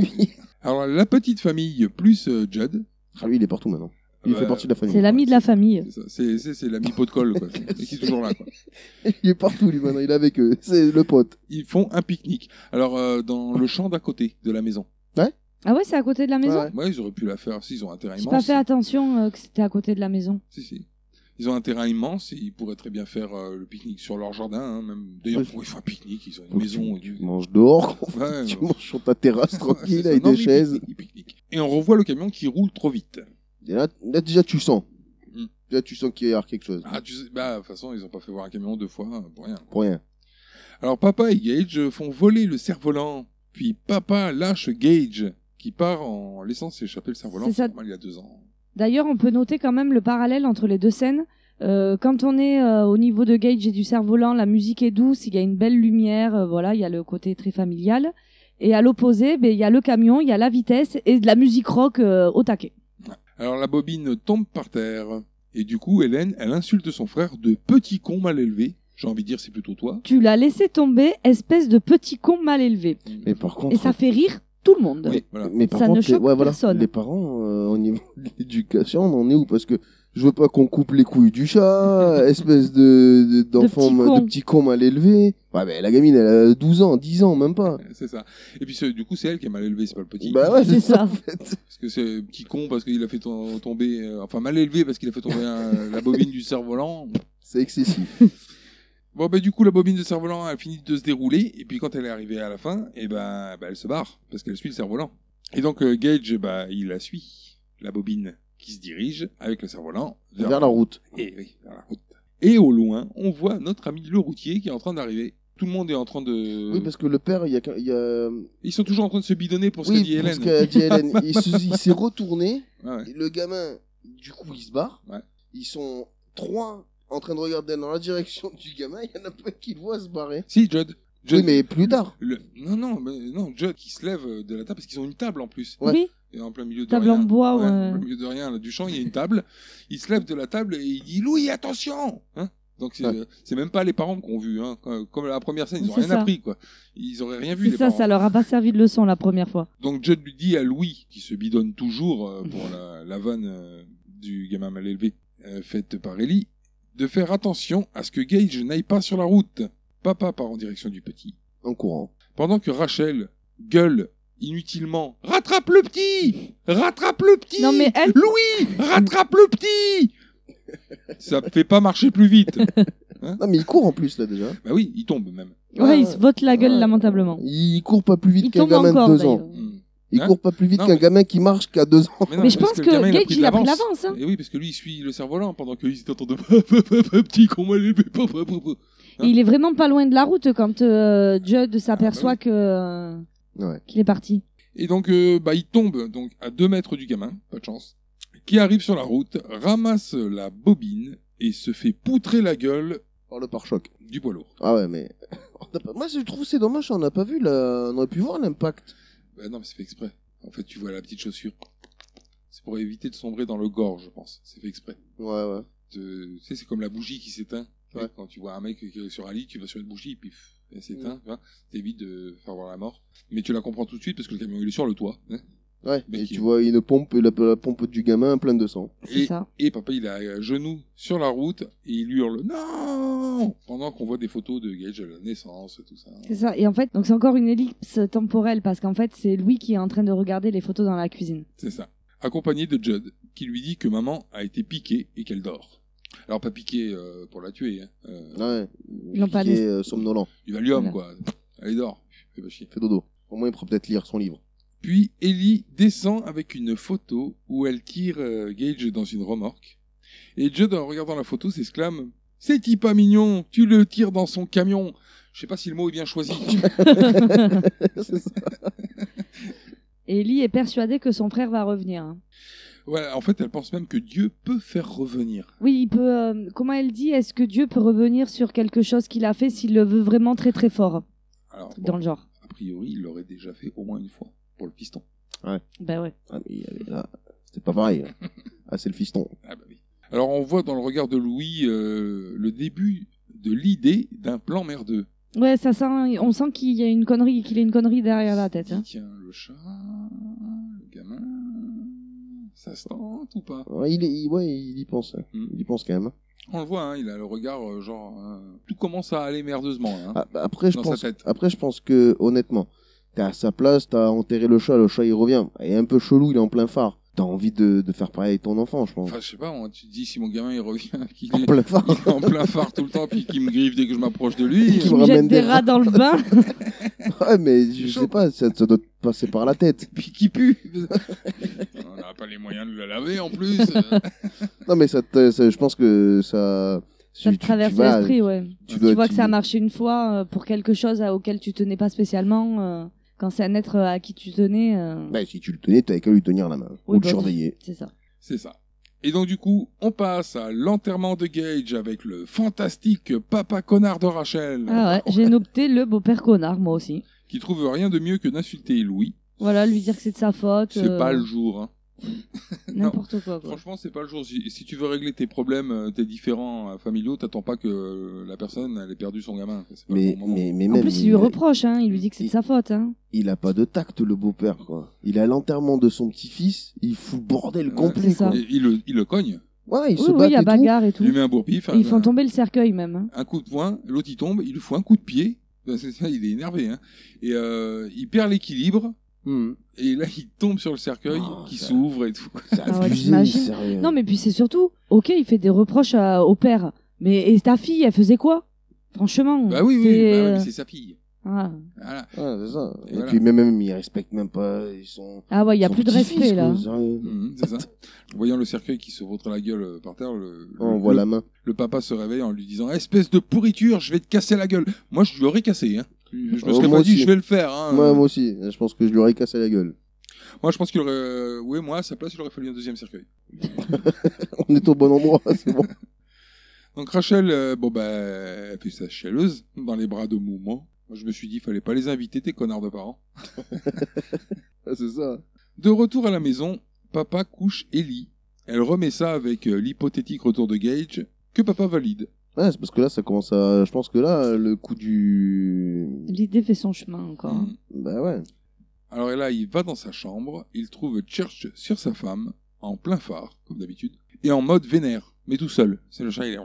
Alors, la petite famille plus euh, Judd. Ah, lui, il est partout maintenant. Il bah, fait partie de la famille. C'est l'ami de la famille. C'est ça, c'est, c'est, c'est l'ami pot de colle, quoi. Et qui est toujours là, quoi. Il est partout, lui, maintenant. Il est avec eux. C'est le pote. Ils font un pique-nique. Alors, euh, dans le champ d'à côté de la maison. Ouais. Ah ouais, c'est à côté de la maison? Ouais, ouais, ils auraient pu la faire. Si, ils ont un terrain J'ai immense. pas fait attention euh, que c'était à côté de la maison. Si, si. Ils ont un terrain immense et ils pourraient très bien faire euh, le pique-nique sur leur jardin. Hein, même. D'ailleurs, Ouais. pourquoi ils font un pique-nique? Ils ont une maison. Tu, tu manges dehors, quoi. Ouais, tu non. manges sur ta terrasse tranquille Ouais, c'est avec ça. Non, des mais ils chaises. pique-niquent, ils pique-niquent. Et on revoit le camion qui roule trop vite. Et là, là, déjà, tu sens. Mm. Déjà, tu sens qu'il y a quelque chose. Ah, tu sais, bah, de toute façon, ils ont pas fait voir un camion deux fois hein, pour rien. Pour rien. Alors, papa et Gage font voler le cerf-volant. Puis papa lâche Gage, qui part en laissant s'échapper le cerf-volant. C'est ça. normal, il y a deux ans. D'ailleurs, on peut noter quand même le parallèle entre les deux scènes. Euh, quand on est euh, au niveau de Gage et du cerf-volant, la musique est douce, il y a une belle lumière, euh, voilà, il y a le côté très familial. Et à l'opposé, ben, il y a le camion, il y a la vitesse et de la musique rock euh, au taquet. Alors, la bobine tombe par terre. Et du coup, Hélène, elle insulte son frère de petit con mal élevé. J'ai envie de dire, c'est plutôt toi. Tu l'as laissé tomber, espèce de petit con mal élevé. Mais par contre. Et ça fait rire tout le monde. Oui, voilà. Mais par Ça contre, ne les- choque ouais, voilà, personne. les parents, euh, au niveau de l'éducation, on en est où? Parce que je veux pas qu'on coupe les couilles du chat, espèce de, de- d'enfant, petit ma- con. de petit con mal élevé. Ouais, mais la gamine, elle a douze ans, dix ans, même pas. C'est ça. Et puis, c'est- du coup, c'est elle qui est mal élevée, c'est pas le petit. Bah ouais, c'est C'est ça, ça. en fait. Parce que c'est petit con parce qu'il a fait tom- tomber... euh, enfin, mal élevé parce qu'il a fait tomber un- la bobine du cerf-volant. C'est excessif. Bon, bah, du coup, la bobine de cerf-volant, elle finit de se dérouler. Et puis, quand elle est arrivée à la fin, et ben, bah, elle se barre parce qu'elle suit le cerf-volant. Et donc, euh, Gage, bah, il la suit, la bobine qui se dirige avec le cerf-volant Vers la route. Et oui, vers la route. Et au loin, on voit notre ami le routier qui est en train d'arriver. Tout le monde est en train de... Oui, parce que le père, il y a, qu'un- il y a... Ils sont toujours en train de se bidonner pour ce oui, qu'a dit pour Hélène. ce qu'a dit Hélène. Il, se- il s'est retourné. Ouais, ouais. Et le gamin, du coup, il se barre. Ouais. Ils sont trois en train de regarder dans la direction du gamin. Il y en a pas qui le voient se barrer. Si, Judd. Judd- Oui, mais plus tard. Le- Non, non, mais non, Judd qui se lève de la table parce qu'ils ont une table en plus. Ouais. Oui, Et en plein milieu de Table rien. en bois, ouais. ouais. En plein milieu de rien, là, du champ, il y a une table. Il se lève de la table et il dit Louis, attention hein. Donc c'est, Ouais. c'est même pas les parents qui ont vu. Hein. Comme comme la première scène, ils ont C'est rien ça. appris. Quoi. Ils auraient rien vu, c'est les ça, parents. ça leur a pas servi de leçon la première fois. Donc Judd lui dit à Louis, qui se bidonne toujours euh, pour la, la vanne euh, du gamin mal élevé, euh, faite par Ellie, de faire attention à ce que Gage n'aille pas sur la route. Papa part en direction du petit. En courant. Pendant que Rachel gueule inutilement « Rattrape le petit ! Rattrape le petit ! Non, mais elle- Louis, rattrape le petit !» Ça fait pas marcher plus vite. Hein Non, mais il court en plus, là, déjà. Bah oui, il tombe même. Ouais, Ouais, il se vote la gueule ouais. lamentablement. Il court pas plus vite Il qu'un tombe gamin encore, de deux ans. d'ailleurs. Hmm. Il Hein court pas plus vite Non, qu'un mais- gamin qui marche qu'à deux ans. non, Mais je parce pense le que gamin, Gage, pris il de a pris l'avance, hein. Et oui, parce que lui, il suit le cerf-volant pendant qu'il était en train de petit con mal élevé. pa, pa, pa, pa. Et il est vraiment pas loin de la route quand euh, Judd s'aperçoit Ah, bah que euh, Ouais. qu'il est parti. Et donc, euh, bah, il tombe donc à deux mètres du gamin, pas de chance, qui arrive sur la route, ramasse la bobine et se fait poutrer la gueule Par le pare-choc. du poids lourd. Ah ouais, mais. on n'a pas- Moi, je trouve c'est dommage, on n'a pas vu la. On aurait pu voir l'impact. Bah non, mais c'est fait exprès. En fait, tu vois la petite chaussure. C'est pour éviter de sombrer dans le gore, je pense. C'est fait exprès. Ouais, ouais. De- Tu sais, c'est comme la bougie qui s'éteint. Tu vois, Ouais. Quand tu vois un mec qui est sur un lit, tu vas sur une bougie, puis pff, elle s'éteint. Tu vois, t'évites de faire voir la mort. Mais tu la comprends tout de suite parce que le camion il est sur le toit. Hein. Ouais, Mais et qui- tu vois une pompe, la, la pompe du gamin pleine de sang. Et, et papa, il a un genou sur la route et il hurle non pendant qu'on voit des photos de Gage à la naissance et tout ça. C'est ça. Et en fait, donc c'est encore une ellipse temporelle parce qu'en fait, c'est Louis qui est en train de regarder les photos dans la cuisine. C'est ça. Accompagné de Judd, qui lui dit que maman a été piquée et qu'elle dort. Alors pas piquée euh, pour la tuer. Hein. Euh, Ouais. Ils l'ont pas Piqué, laissé. euh, somnolent. Il va lui homme, Voilà. quoi. Allez, dort. Fais pas chier. Fais dodo. Au moins, il pourra peut-être lire son livre. Puis Ellie descend avec une photo où elle tire euh, Gage dans une remorque. Et Judd, en regardant la photo, s'exclame « C'est-il pas mignon? Tu le tires dans son camion !» Je sais pas si le mot est bien choisi. C'est ça. Et Ellie est persuadée que son frère va revenir. hein. Ouais, en fait, elle pense même que Dieu peut faire revenir. Oui, il peut. euh, comment elle dit? Est-ce que Dieu peut revenir sur quelque chose qu'il a fait s'il le veut vraiment très très fort? Alors, Dans bon, le genre. a priori, il l'aurait déjà fait au moins une fois pour le piston. Ouais. Ben ouais. Ah, mais il y avait là, c'était pas pareil. hein. Ah, c'est le fiston. Ah bah oui. Alors, on voit dans le regard de Louis euh, le début de l'idée d'un plan merdeux. Ouais, ça sent. On sent qu'il y a une connerie, qu'il a une connerie derrière la tête. hein. Tiens, le chat, le gamin, ça se tente ou pas? Ouais, il, est, il- ouais, il y pense. hein. Hmm. Il y pense quand même. On le voit, hein, il a le regard euh, genre... hein, tout commence à aller merdeusement. Hein, Ah, bah, après, je dans pense, sa tête. après, je pense que, honnêtement, t'es à sa place, t'as enterré le chat, le chat il revient. Il est un peu chelou, il est en plein phare. T'as envie de, de faire pareil avec ton enfant, je pense. Enfin, je sais pas, moi, tu te dis si mon gamin il revient, qu'il En est, plein phare. il est en plein phare tout le temps, puis qu'il me griffe dès que je m'approche de lui. Qu'il Il me me jette ramène des des rats dans le bain. Ouais, mais je sais pas, ça, ça doit te passer par la tête. Puis qui pue. On n'a pas les moyens de le laver en plus. Non, mais ça, te- ça- je pense que ça. Ça tu- te tu- traverse tu vas- l'esprit, ouais. tu Tu, dois- vois tu- que ça a marché une fois euh, pour quelque chose à- auquel tu tenais pas spécialement. euh, quand c'est un être à qui tu tenais. euh, Bah, si tu le tenais, t'avais qu'à lui tenir la main. oui, ou le bah, surveiller. C'est ça. C'est ça. Et donc du coup, on passe à l'enterrement de Gage avec le fantastique papa connard de Rachel, Ah ouais, j'ai noté le beau-père connard, moi aussi. qui trouve rien de mieux que d'insulter Louis. Voilà, lui dire que c'est de sa faute. C'est euh, pas le jour. Hein. N'importe quoi, quoi. Franchement, c'est pas le jour. Si, si tu veux régler tes problèmes, euh, tes différends euh, familiaux, t'attends pas que euh, la personne elle ait perdu son gamin. C'est pas le Mais, bon moment. mais, mais En même. plus, il lui reproche, hein. Il lui dit que c'est de sa faute, hein. Il a pas de tact, le beau-père, quoi. Il est à l'enterrement de son petit-fils, il fout le bordel Ouais, complet, ça. quoi. Et il, le, il le cogne. Ouais, il Oui, se oui, bat il y a et tout. bagarre et tout. Il lui met un bourre-pif. Et ils font un, tomber le cercueil, même. hein. un coup de poing, l'autre il tombe, il lui fout un coup de pied. Ben, c'est ça, il est énervé. Hein. Et euh, il perd l'équilibre. Hmm. Et là, il tombe sur le cercueil Oh, qui ça- s'ouvre et tout. C'est Ah ouais, abusé, t'imagines sérieux. Non, mais puis c'est surtout, ok, il fait des reproches à- au père. Mais et ta fille, elle faisait quoi? Franchement. Bah oui, oui, c'est, bah ouais, euh, mais c'est sa fille. ah. Voilà. Ouais, c'est ça. Et Et, voilà. puis même, même, ils respectent même pas, ils sont. Ah ouais, il y a son plus de petit-fils, respect, là. quoi, sérieux. Mhm, c'est ça. Voyant le cercueil qui se vautre la gueule euh, par terre, le, On le- voit le- la main. le papa se réveille en lui disant espèce de pourriture, je vais te casser la gueule. Moi, je lui aurais cassé. Hein. Je me Oh, serais moi pas dit aussi. je vais le faire. Hein. Moi, moi aussi. Je pense que je lui aurais cassé la gueule. Moi, je pense qu'il aurait. euh, Oui, moi, à sa place, il aurait fallu un deuxième cercueil. On est au bon endroit, c'est bon. Donc Rachel, euh, bon bah, elle fait sa chialeuse dans les bras de Moumon. Moi, je me suis dit, il fallait pas les inviter, tes connards de parents. Ah, c'est ça. De retour à la maison, papa couche Ellie. Elle remet ça avec euh, l'hypothétique retour de Gage, que papa valide. Ouais, c'est parce que là, ça commence à. Je pense que là, le coup du. L'idée fait son chemin encore. Mhm. Bah ouais. Alors là, il va dans sa chambre, il trouve Church sur sa femme, en plein phare, comme d'habitude, et en mode vénère, mais tout seul. C'est le chat, il est...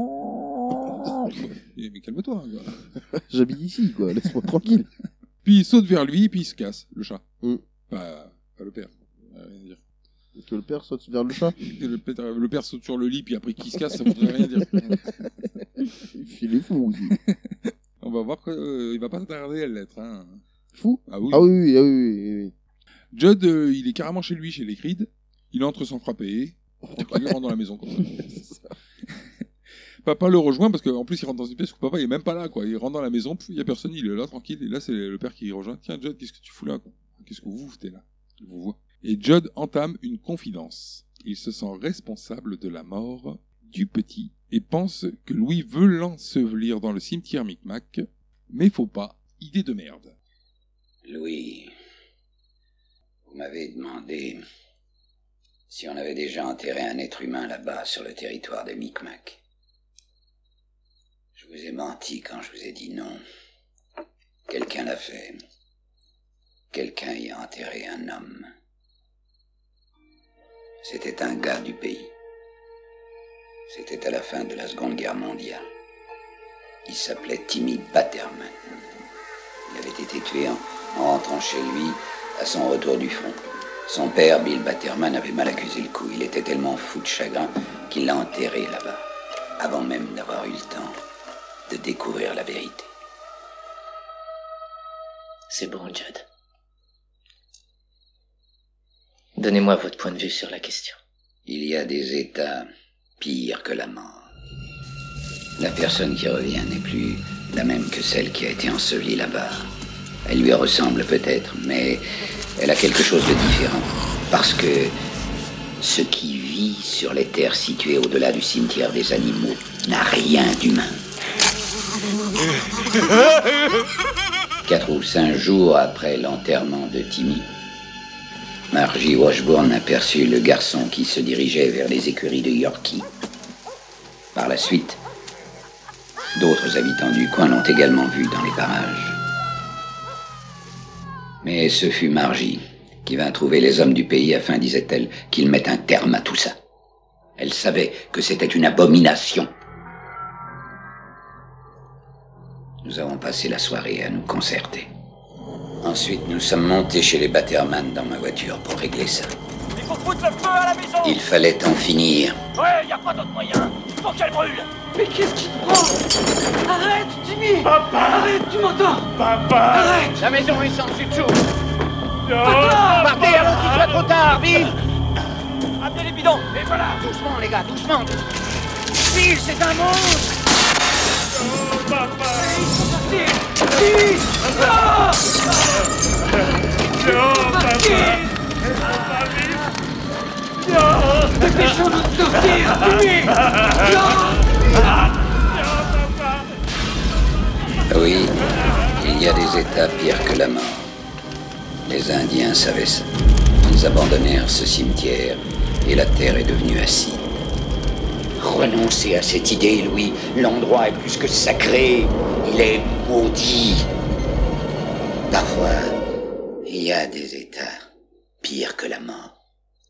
Il dit, mais calme-toi. Quoi. J'habite ici, quoi. Laisse-moi tranquille. Puis il saute vers lui, puis il se casse, le chat. Mm. Pas, pas le père. Ça veut rien dire. Que le père saute vers le chat. Que Le, père- le père saute sur le lit, puis après qu'il se casse, ça voudrait rien dire. Il est fou aussi. On va voir qu'il va pas tarder à l'être. Hein. Fou Ah oui. Ah oui, oui, ah oui, oui, oui. Judd, euh, il est carrément chez lui, chez les Creed. Il entre sans frapper. Il rentre dans la maison comme ça. Papa le rejoint parce qu'en plus il rentre dans une pièce où papa il est même pas là quoi. Il rentre dans la maison, il y a personne, il est là tranquille. Et là c'est le père qui rejoint. Tiens Judd, qu'est-ce que tu fous là quoi? Qu'est-ce que vous foutez là? Il vous voit. Et Judd entame une confidence. Il se sent responsable de la mort du petit et pense que Louis veut l'ensevelir dans le cimetière Micmac, mais faut pas. Idée de merde. Louis, vous m'avez demandé si on avait déjà enterré un être humain là-bas sur le territoire des Micmac. Je vous ai menti quand je vous ai dit non. Quelqu'un l'a fait. Quelqu'un y a enterré un homme. C'était un gars du pays. C'était à la fin de la Seconde Guerre mondiale. Il s'appelait Timmy Batterman. Il avait été tué en, en rentrant chez lui à son retour du front. Son père, Bill Batterman, avait mal accusé le coup. Il était tellement fou de chagrin qu'il l'a enterré là-bas, avant même d'avoir eu le temps de découvrir la vérité. C'est bon, Judd. Donnez-moi votre point de vue sur la question. Il y a des états pires que la mort. La personne qui revient n'est plus la même que celle qui a été ensevelie là-bas. Elle lui ressemble peut-être, mais elle a quelque chose de différent. Parce que ce qui vit sur les terres situées au-delà du cimetière des animaux n'a rien d'humain. Quatre ou cinq jours après l'enterrement de Timmy, Margie Washburn aperçut le garçon qui se dirigeait vers les écuries de Yorkie. Par la suite, d'autres habitants du coin l'ont également vu dans les parages. Mais ce fut Margie qui vint trouver les hommes du pays afin, disait-elle, qu'ils mettent un terme à tout ça. Elle savait que c'était une abomination. Nous avons passé la soirée à nous concerter. Ensuite, nous sommes montés chez les Batterman dans ma voiture pour régler ça. Il faut foutre le feu à la maison! Il fallait en finir. Ouais, y a pas d'autre moyen. Il faut qu'elle brûle. Mais qu'est-ce qui te prend? Arrête, Timmy! Papa! Arrête, tu m'entends? Papa! Arrête! La maison est sans dessus dessous. Papa! Partez avant qu'il soit trop tard, Bill! Amenez les bidons, et voilà! Doucement, les gars, doucement! Bill, c'est un monstre! Oh, papa! Il faut partir! Timmy! Non! Non, papa! Papa, vite! Non! Dépêchons-nous de sortir! Timmy! Non! Oui, il y a des états pires que la mort. Les Indiens savaient ça. Ils abandonnèrent ce cimetière et la terre est devenue acide. Renoncez à cette idée, Louis. L'endroit est plus que sacré. Il est maudit. Parfois, il y a des états pires que la mort.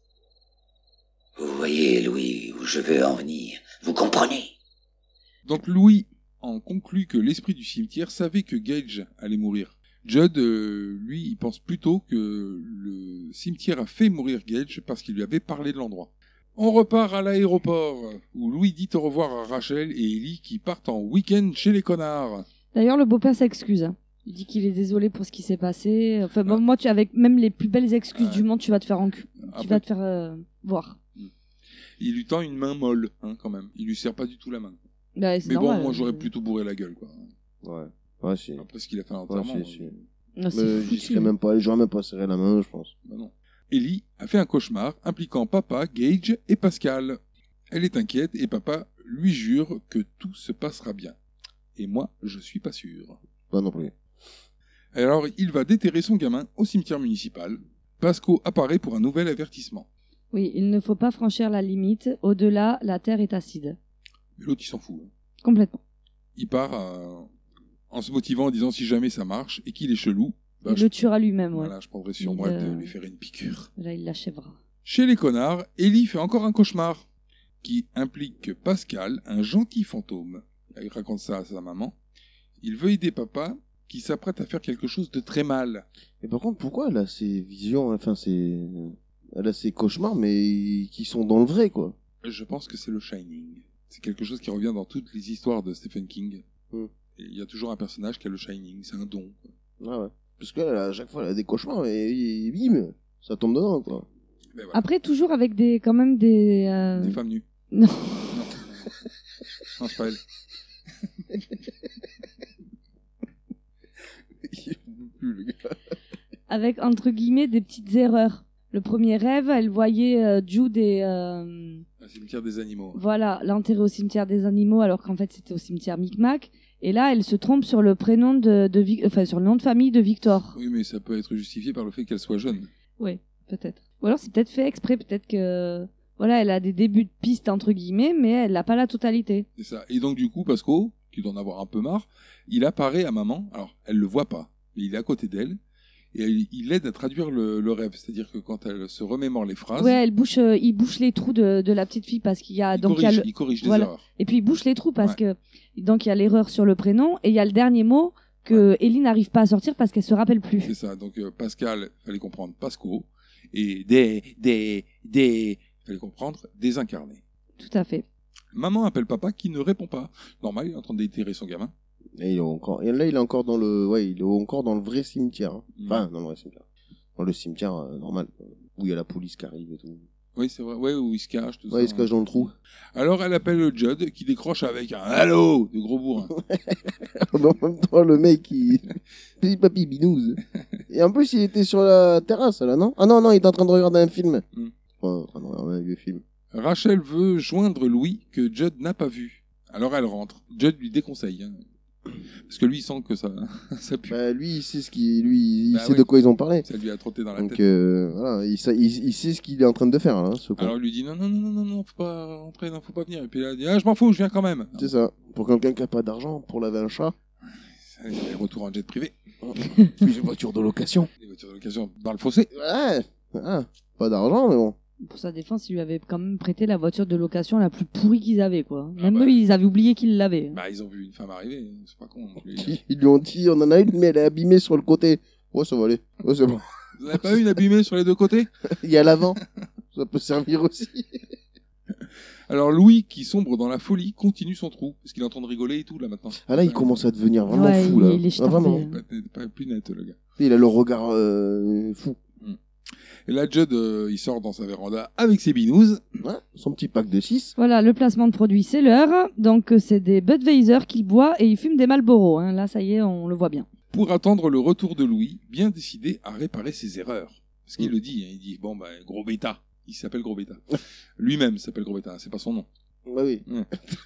Vous voyez, Louis, où je veux en venir. Vous comprenez? Donc Louis en conclut que l'esprit du cimetière savait que Gage allait mourir. Judd, euh, lui, il pense plutôt que le cimetière a fait mourir Gage parce qu'il lui avait parlé de l'endroit. On repart à l'aéroport, où Louis dit au revoir à Rachel et Ellie qui partent en week-end chez les connards. D'ailleurs, le beau-père s'excuse. Hein. Il dit qu'il est désolé pour ce qui s'est passé. Enfin, ah. moi, tu, avec même les plus belles excuses ah. du monde, tu vas te faire encu... tu vas te faire euh, voir. Il lui tend une main molle, hein, quand même. Il lui serre pas du tout la main. Bah, mais normal, bon, moi, j'aurais euh... plutôt bourré la gueule, quoi. Ouais. Ouais, si. Après ce qu'il a fait à l'enterrement. Ouais, si, si. Non, mais j'y serais même pas, j'aurais même pas serré la main, je pense. Bah non. Ellie a fait un cauchemar impliquant papa, Gage et Pascal. Elle est inquiète et papa lui jure que tout se passera bien. Et moi, je suis pas sûr. Pas non plus. Alors, il va déterrer son gamin au cimetière municipal. Pasco apparaît pour un nouvel avertissement. Oui, il ne faut pas franchir la limite. Au-delà, la terre est acide. Mais l'autre, il s'en fout. Hein. Complètement. Il part euh, en se motivant en disant si jamais ça marche et qu'il est chelou, bah, il je... le tuera lui-même. Voilà, ouais. je prendrai sur il moi euh... de lui faire une piqûre. Là, il l'achèvera. Chez les connards, Ellie fait encore un cauchemar qui implique Pascal, un gentil fantôme. Il raconte ça à sa maman. Il veut aider papa qui s'apprête à faire quelque chose de très mal. Et par contre, pourquoi elle a ces visions, enfin, ces... elle a ces cauchemars, mais qui sont dans le vrai, quoi? Je pense que c'est le Shining. C'est quelque chose qui revient dans toutes les histoires de Stephen King. Mm. Et il y a toujours un personnage qui a le Shining, c'est un don. Quoi. Ah ouais. Parce qu'elle, à chaque fois, elle a des cauchemars, et bim, ça tombe dedans, quoi. Ben voilà. Après, toujours avec des, quand même des... Euh... Des femmes nues. Non. Non, non c'est pas elle. Avec, entre guillemets, des petites erreurs. Le premier rêve, elle voyait euh, Jude et... Euh... Un cimetière des animaux. Voilà, l'enterrer au cimetière des animaux, alors qu'en fait, c'était au cimetière Micmac. Et là, elle se trompe sur le prénom de, de Vic... enfin, sur le nom de famille de Victor. Oui, mais ça peut être justifié par le fait qu'elle soit jeune. Oui, peut-être. Ou alors, c'est peut-être fait exprès, peut-être que... Voilà, elle a des débuts de piste, entre guillemets, mais elle n'a pas la totalité. C'est ça. Et donc, du coup, Pasco, qui doit en avoir un peu marre, il apparaît à maman. Alors, elle le voit pas, mais il est à côté d'elle. Et il, il l'aide à traduire le, le rêve. C'est-à-dire que quand elle se remémore les phrases... Ouais, elle bouche, euh, il bouche les trous de, de la petite fille parce qu'il y a... Il donc corrige, il, y a le, il corrige les voilà. erreurs. Et puis il bouche les trous parce Ouais. que... Donc il y a l'erreur sur le prénom et il y a le dernier mot que Ellie n'arrive pas à sortir parce qu'elle se rappelle plus. C'est ça. Donc euh, Pascal, fallait comprendre Pasco. Et des, des, des... fallait comprendre désincarné. Tout à fait. Maman appelle papa qui ne répond pas. Normal, il est en train d'étirer son gamin. Et il est encore, et là, il est encore dans le, ouais, il est encore dans le vrai cimetière. Hein. Mm. Enfin, dans le vrai cimetière. Dans le cimetière euh, normal, où il y a la police qui arrive et tout. Oui, c'est vrai. Ouais, où il se cache, tout ça. Ouais, il se cache dans le trou. Alors elle appelle Judd qui décroche avec un allô de gros bourrin. Mais en même temps, le mec, il... Petit papy binouze. Et en plus, il était sur la terrasse, là, non? Ah non, non, il était en train de regarder un film. Mm. Ouais, en train de regarder un vieux film. Rachel veut joindre Louis que Judd n'a pas vu. Alors elle rentre. Judd lui déconseille. Hein. Parce que lui, il sent que ça, ça pue. Bah, lui, il sait ce qui, lui, il Bah sait oui. de quoi ils ont parlé. Ça lui a trotté dans la Donc, tête. euh, voilà, il, sa- il, il sait ce qu'il est en train de faire, là, ce con. Alors il lui dit non, non, non, non, non, non, faut pas rentrer, non, faut pas venir. Et puis elle dit ah, je m'en fous, je viens quand même. C'est ça. Pour quelqu'un qui a pas d'argent, pour laver un chat. Allez, retour en jet privé. Puis une voiture de location. Les voitures de l'occasion dans le fossé. Ouais. Ah, pas d'argent, mais bon. Pour sa défense, il lui avait quand même prêté la voiture de location la plus pourrie qu'ils avaient, quoi. Ah Même bah. eux, ils avaient oublié qu'ils l'avaient. Bah ils ont vu une femme arriver, c'est pas con. non plus. Ils lui ont dit, on en a une, mais elle est abîmée sur le côté. Ouais, ça va aller. Ouais, c'est bon. Vous n'avez pas une abîmée sur les deux côtés? Il y a l'avant. Ça peut servir aussi. Alors Louis, qui sombre dans la folie, continue son trou. Parce qu'il est en train de rigoler et tout, là, maintenant. Ah là, il commence à devenir vraiment Ouais, fou, il là. est- il est Ah, vraiment. starbé. Pas, pas plus net, le gars. Il a le regard euh, fou. Et là, Judd, euh, il sort dans sa véranda avec ses binous. Ouais, son petit pack de six. Voilà, le placement de produit, c'est l'heure. Donc, euh, c'est des Budweiser qu'il boit et il fume des Marlboro. Hein. Là, ça y est, on le voit bien. Pour attendre le retour de Louis, bien décidé à réparer ses erreurs. Parce qu'il Mm. le dit, hein, il dit, bon, bah, gros bêta. Il s'appelle gros bêta. Lui-même s'appelle gros bêta, c'est pas son nom. Bah oui. Ouais.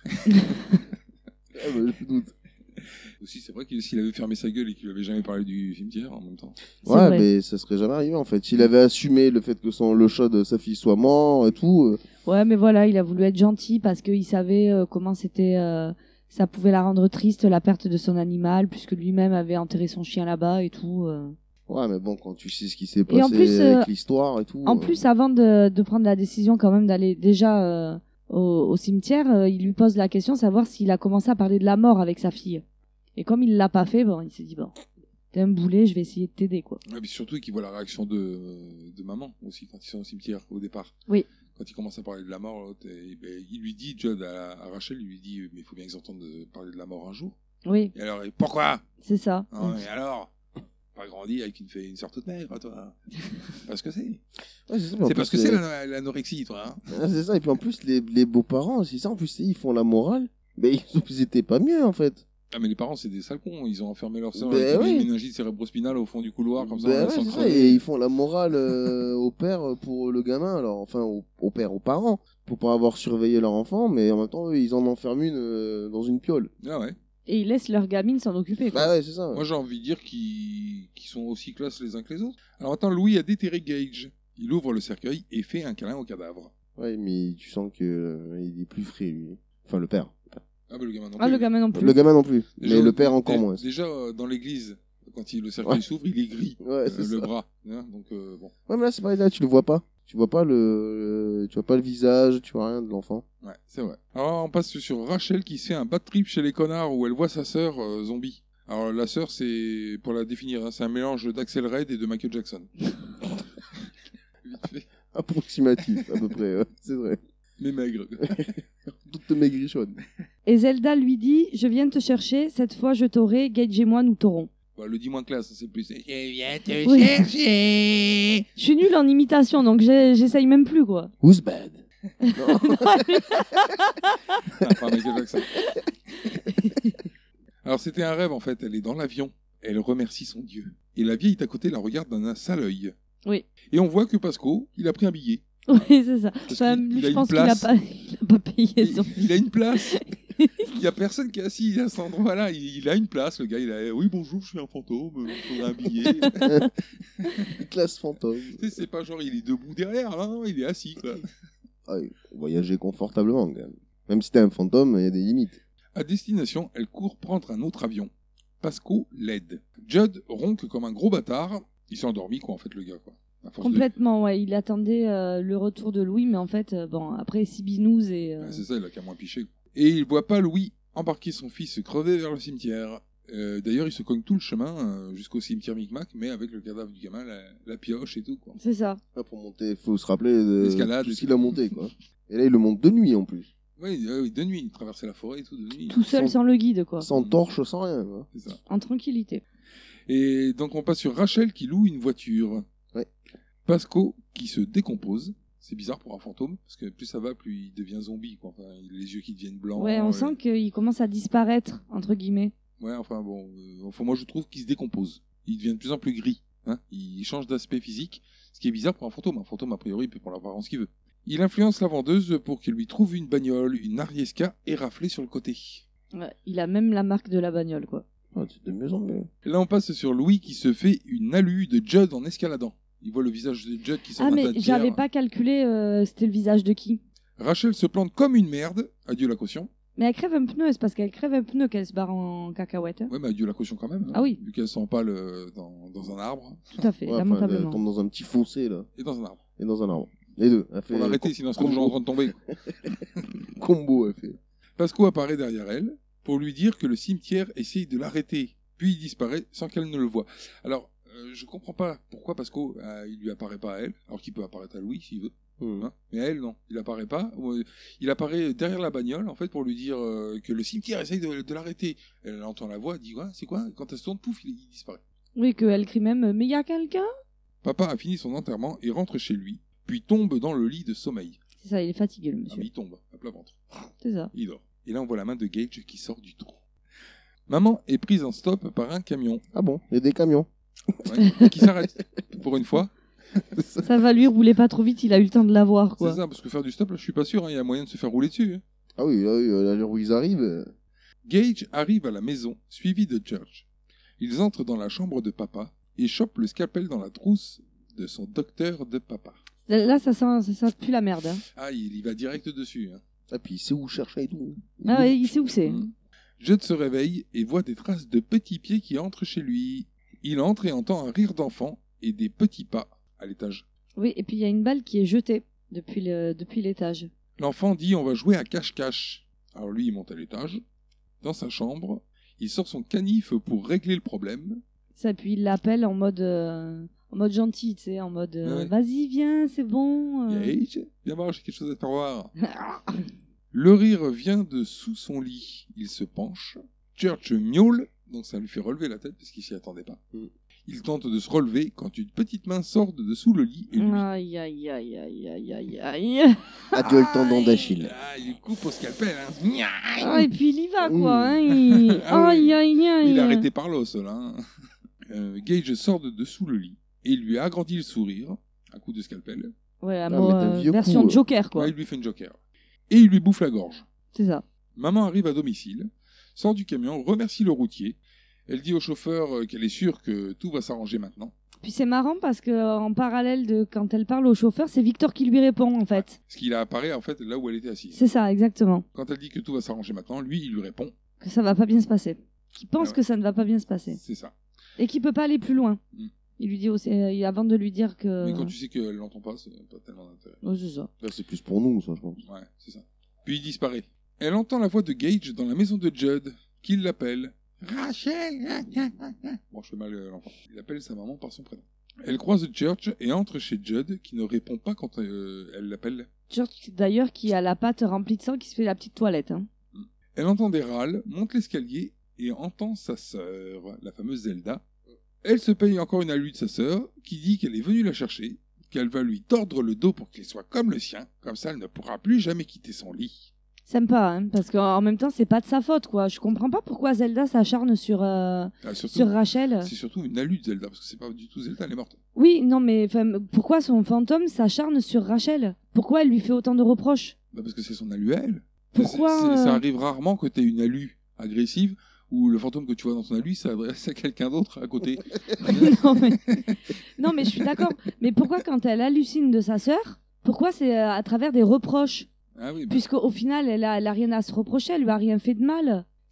Ah, bah, je doute. Aussi, c'est vrai qu'il s'il avait fermé sa gueule et qu'il avait jamais parlé du cimetière en même temps. Ouais, vrai. mais ça serait jamais arrivé, en fait. S'il avait assumé le fait que son, le chat de sa fille soit mort et tout. euh, Ouais, mais voilà, il a voulu être gentil parce qu'il savait euh, comment c'était... euh, ça pouvait la rendre triste, la perte de son animal, puisque lui-même avait enterré son chien là-bas et tout. euh. Ouais, mais bon, quand tu sais ce qui s'est Et passé en plus, euh, avec l'histoire et tout. En euh, plus, avant de, de prendre la décision quand même d'aller déjà euh, au, au cimetière, euh, il lui pose la question de savoir s'il a commencé à parler de la mort avec sa fille. Et comme il l'a pas fait, bon, il s'est dit bon, t'es un boulet, je vais essayer de t'aider, quoi. Et puis surtout qu'il voit la réaction de, de maman aussi quand ils sont au cimetière au départ. Oui. Quand il commence à parler de la mort, l'autre, et, ben, il lui dit, Judd à, à Rachel, il lui dit, mais il faut bien qu'ils entendent de parler de la mort un jour. Oui, Et alors, et pourquoi? c'est ça. Ah, et alors? Pas grandi avec une, une sorte de maigre, toi. Parce que c'est. ouais, c'est ça, mais en C'est plus, parce que c'est les- la- l'anorexie, toi. Hein. Ah, c'est ça, et puis en plus, les, les beaux-parents, c'est ça, en plus, ils font la morale. Mais ils, ils étaient pas mieux, en fait. Ah, mais les parents, c'est des sales cons. Ils ont enfermé leur sœur Ben avec oui. une méningite cérébrospinale au fond du couloir, comme ça, Ben en ouais, sans c'est ça, crever. et ils font la morale euh, au père pour le gamin, alors enfin au, au père, aux parents, pour pas avoir surveillé leur enfant, mais en même temps, eux, ils en enferment une euh, dans une piole. Ah ouais. Et ils laissent leur gamine s'en occuper, quoi. Bah ouais, c'est ça. Moi, j'ai envie de dire qu'ils qu'ils sont aussi classe les uns que les autres. Alors, attends, Louis a déterré Gage. Il ouvre le cercueil et fait un câlin au cadavre. Ouais, mais tu sens que euh, il est plus frais, lui. Enfin, le père. Ah, bah, le gamin non Ah, plus. le gamin non plus. Le gamin non plus, Déjà, mais le père encore dé- moins. Déjà, euh, dans l'église, quand il, le cercueil Ouais. s'ouvre, il est gris. Ouais, euh, c'est le ça. bras. Hein, donc, euh, bon. Ouais, mais là, c'est pareil, là, tu le vois pas. Tu vois pas le, le- tu vois pas le visage, tu vois rien de l'enfant. Ouais, c'est vrai. Alors, on passe sur Rachel qui se fait un bad trip chez les connards où elle voit sa sœur euh, zombie. Alors, la sœur, c'est, pour la définir, hein, c'est un mélange d'Axel Red et de Michael Jackson. Vite fait. Approximatif, à peu près, ouais, c'est vrai. Mais maigre. Toute maigrichonne. Et Zelda lui dit, je viens te chercher, cette fois je t'aurai, Gage et moi nous t'aurons. Bah, le dit moins classe, c'est plus. Je viens te Oui. chercher. Je suis nulle en imitation, donc j'ai- j'essaye même plus, quoi. Who's bad? Ah, pas Michael Jackson. Alors, c'était un rêve en fait. Elle est dans l'avion. Elle remercie son Dieu. Et la vieille à côté la regarde d'un sale œil. Oui. Et on voit que Pasco, il a pris un billet. Oui, c'est ça. Enfin, qu'il- lui, il a je une pense qu'il a place. pas, il a pas payé son Il a une place. Il n'y a personne qui est assis à cet endroit-là. Il, il a une place, le gars. Il a oui, bonjour, je suis un fantôme. Il me faudrait un billet. Classe fantôme. Tu sais, c'est pas genre il est debout derrière. Non, il est assis, quoi. Ah, oui, voyager confortablement, quand même. Même si t'es un fantôme, il y a des limites. À destination, elle court prendre un autre avion. Pasco l'aide. Judd ronque comme un gros bâtard Il s'est endormi, quoi, en fait, le gars, quoi. Complètement, de... ouais. Il attendait euh, le retour de Louis, mais en fait, euh, bon, après, c'est binouze et... Euh... Ouais, c'est ça, il a qu'à moins piché. Quoi. Et il voit pas Louis embarquer son fils crever vers le cimetière. Euh, d'ailleurs, il se cogne tout le chemin euh, jusqu'au cimetière Micmac, mais avec le cadavre du gamin, la, la pioche et tout, quoi. C'est ça. Ah, pour monter, il faut se rappeler de l'escalade, tout ce qu'il a monté, quoi. Et là, il le monte de nuit, en plus. Oui, euh, de nuit, il traversait la forêt et tout, de nuit. Tout seul, sans, sans le guide, quoi. Sans torche, sans rien, quoi. C'est ça. En tranquillité. Et donc, on passe sur Rachel qui loue une voiture. Ouais. Pasco qui se décompose. C'est bizarre pour un fantôme, parce que plus ça va, plus il devient zombie, quoi. Enfin, les yeux qui deviennent blancs. Ouais, on euh... sent qu'il commence à disparaître, entre guillemets. Ouais, enfin bon, euh, enfin, moi je trouve qu'il se décompose. Il devient de plus en plus gris. Hein, il change d'aspect physique, ce qui est bizarre pour un fantôme. Un fantôme, a priori, il peut prendre l'apparence qu'il veut. Il influence la vendeuse pour qu'elle lui trouve une bagnole, une Ariesca éraflée sur le côté. Ouais, il a même la marque de la bagnole, quoi. Ah, c'est de mieux en mieux. Là, on passe sur Louis qui se fait une alu de Judd en escaladant. Il voit le visage de Judd qui sort Ah, d'un mais tas de j'avais pierre. pas calculé, euh, c'était le visage de qui. Rachel se plante comme une merde. Adieu la caution. Mais elle crève un pneu, c'est parce qu'elle crève un pneu qu'elle se barre en cacahuète. Hein. Ouais, mais adieu la caution quand même. Hein, ah oui. Vu qu'elle s'empale dans, dans un arbre. Tout à fait, ouais, lamentablement. Enfin, elle tombe dans un petit fossé, là. Et dans un arbre. Et dans un arbre. Les deux. Elle fait Faut l'arrêter, sinon elle serait toujours en train de tomber. Combo, elle fait. Pasco apparaît derrière elle pour lui dire que le cimetière essaye de l'arrêter. Puis il disparaît sans qu'elle ne le voie. Alors, euh, je comprends pas pourquoi Pasco, euh, il lui apparaît pas à elle, alors qu'il peut apparaître à Louis s'il veut. Mmh. Hein, mais à elle, non. Il apparaît pas. Il apparaît derrière la bagnole, en fait, pour lui dire euh, que le cimetière essaye de, de l'arrêter. Elle entend la voix, elle dit ouais, c'est quoi? Quand elle se tourne, pouf, il, il disparaît. Oui, qu'elle crie même mais il y a quelqu'un? Papa a fini son enterrement et rentre chez lui, puis tombe dans le lit de sommeil. C'est ça, il est fatigué, le monsieur. Ah, mais il tombe, à plat ventre. C'est ça. Il dort. Et là, on voit la main de Gage qui sort du trou. Maman est prise en stop par un camion. Ah bon? Il y a des camions. Ouais, qui s'arrête, pour une fois. Ça va, lui, rouler pas trop vite, il a eu le temps de l'avoir, quoi. C'est ça, parce que faire du stop, là, je suis pas sûr, il hein, y a moyen de se faire rouler dessus. Hein. Ah oui, là, oui, à l'heure où ils arrivent... Euh... Gage arrive à la maison, suivi de Church. Ils entrent dans la chambre de papa et chopent le scalpel dans la trousse de son docteur de papa. Là, ça sent, ça sent plus la merde. Hein. Ah, il y va direct dessus. Hein. Ah, puis il sait où chercher et tout. Ah ouais, il sait où c'est. Mmh. Judd se réveille et voit des traces de petits pieds qui entrent chez lui. Il entre et entend un rire d'enfant et des petits pas à l'étage. Oui, et puis il y a une balle qui est jetée depuis, le, depuis l'étage. L'enfant dit « On va jouer à cache-cache ». Alors lui, il monte à l'étage. Dans sa chambre, il sort son canif pour régler le problème. Ça, puis il l'appelle en mode, euh, en mode gentil, tu sais, en mode euh, ouais. « Vas-y, viens, c'est bon. Euh... » Gage, viens voir, j'ai quelque chose à te faire voir. Le rire vient de sous son lit. Il se penche. Church miaule, donc ça lui fait relever la tête parce qu'il s'y attendait pas. Mm. Il tente de se relever quand une petite main sort de dessous le lit et lui... Aïe, aïe, aïe, aïe, aïe, aïe, aïe. Adieu le tendon d'Achille. Ah, il coupe au scalpel, hein. Ah, et puis il y va, quoi. Hein, il... ah, aïe, oui. aïe, aïe. Il est arrêté par l'os, là. Hein. Euh, Gage sort de dessous le lit et il lui agrandit le sourire à coup de scalpel. Ouais, à ah, mo- euh, version coup, Joker, quoi. Ouais, il lui fait une Joker. Et il lui bouffe la gorge. C'est ça. Maman arrive à domicile, sort du camion, remercie le routier. Elle dit au chauffeur qu'elle est sûre que tout va s'arranger maintenant. Puis c'est marrant parce que en parallèle de quand elle parle au chauffeur, c'est Victor qui lui répond en fait. Parce qu'il apparaît en fait là où elle était assise. C'est ça, exactement. Quand elle dit que tout va s'arranger maintenant, lui il lui répond que ça va pas bien se passer. Qu'il pense ah ouais. que ça ne va pas bien se passer. C'est ça. Et qu'il peut pas aller plus loin. Mm. Il lui dit aussi, euh, avant de lui dire que. Mais quand tu sais qu'elle l'entend pas, c'est pas tellement d'intérêt. Ouais, c'est ça. Là, c'est plus pour nous, ça, je pense. Ouais, c'est ça. Puis il disparaît. Elle entend la voix de Gage dans la maison de Judd, qui l'appelle. Rachel. Bon, je fais mal euh, l'enfant. Il appelle sa maman par son prénom. Elle croise Church et entre chez Judd, qui ne répond pas quand euh, elle l'appelle. Church, d'ailleurs, qui a la patte remplie de sang, qui se fait la petite toilette. Hein. Elle entend des râles, monte l'escalier et entend sa sœur, la fameuse Zelda. Elle se paye encore une alu de sa sœur, qui dit qu'elle est venue la chercher, qu'elle va lui tordre le dos pour qu'il soit comme le sien, comme ça elle ne pourra plus jamais quitter son lit. Sympa, hein, parce qu'en même temps, c'est pas de sa faute, quoi. Je comprends pas pourquoi Zelda s'acharne sur, euh, ah, surtout, sur Rachel. C'est surtout une alu de Zelda, parce que c'est pas du tout Zelda, elle est morte. Oui, non, mais pourquoi son fantôme s'acharne sur Rachel? Pourquoi elle lui fait autant de reproches? Bah parce que c'est son alu à elle. Pourquoi c'est, c'est, euh... Ça arrive rarement que t'aies une alu agressive, où le fantôme que tu vois dans ton alu s'adresse à quelqu'un d'autre à côté. non, mais... non, mais je suis d'accord. Mais pourquoi quand elle hallucine de sa sœur, pourquoi c'est à travers des reproches? Ah oui, bah... Puisqu'au final, elle a, elle a rien à se reprocher, elle lui a rien fait de mal.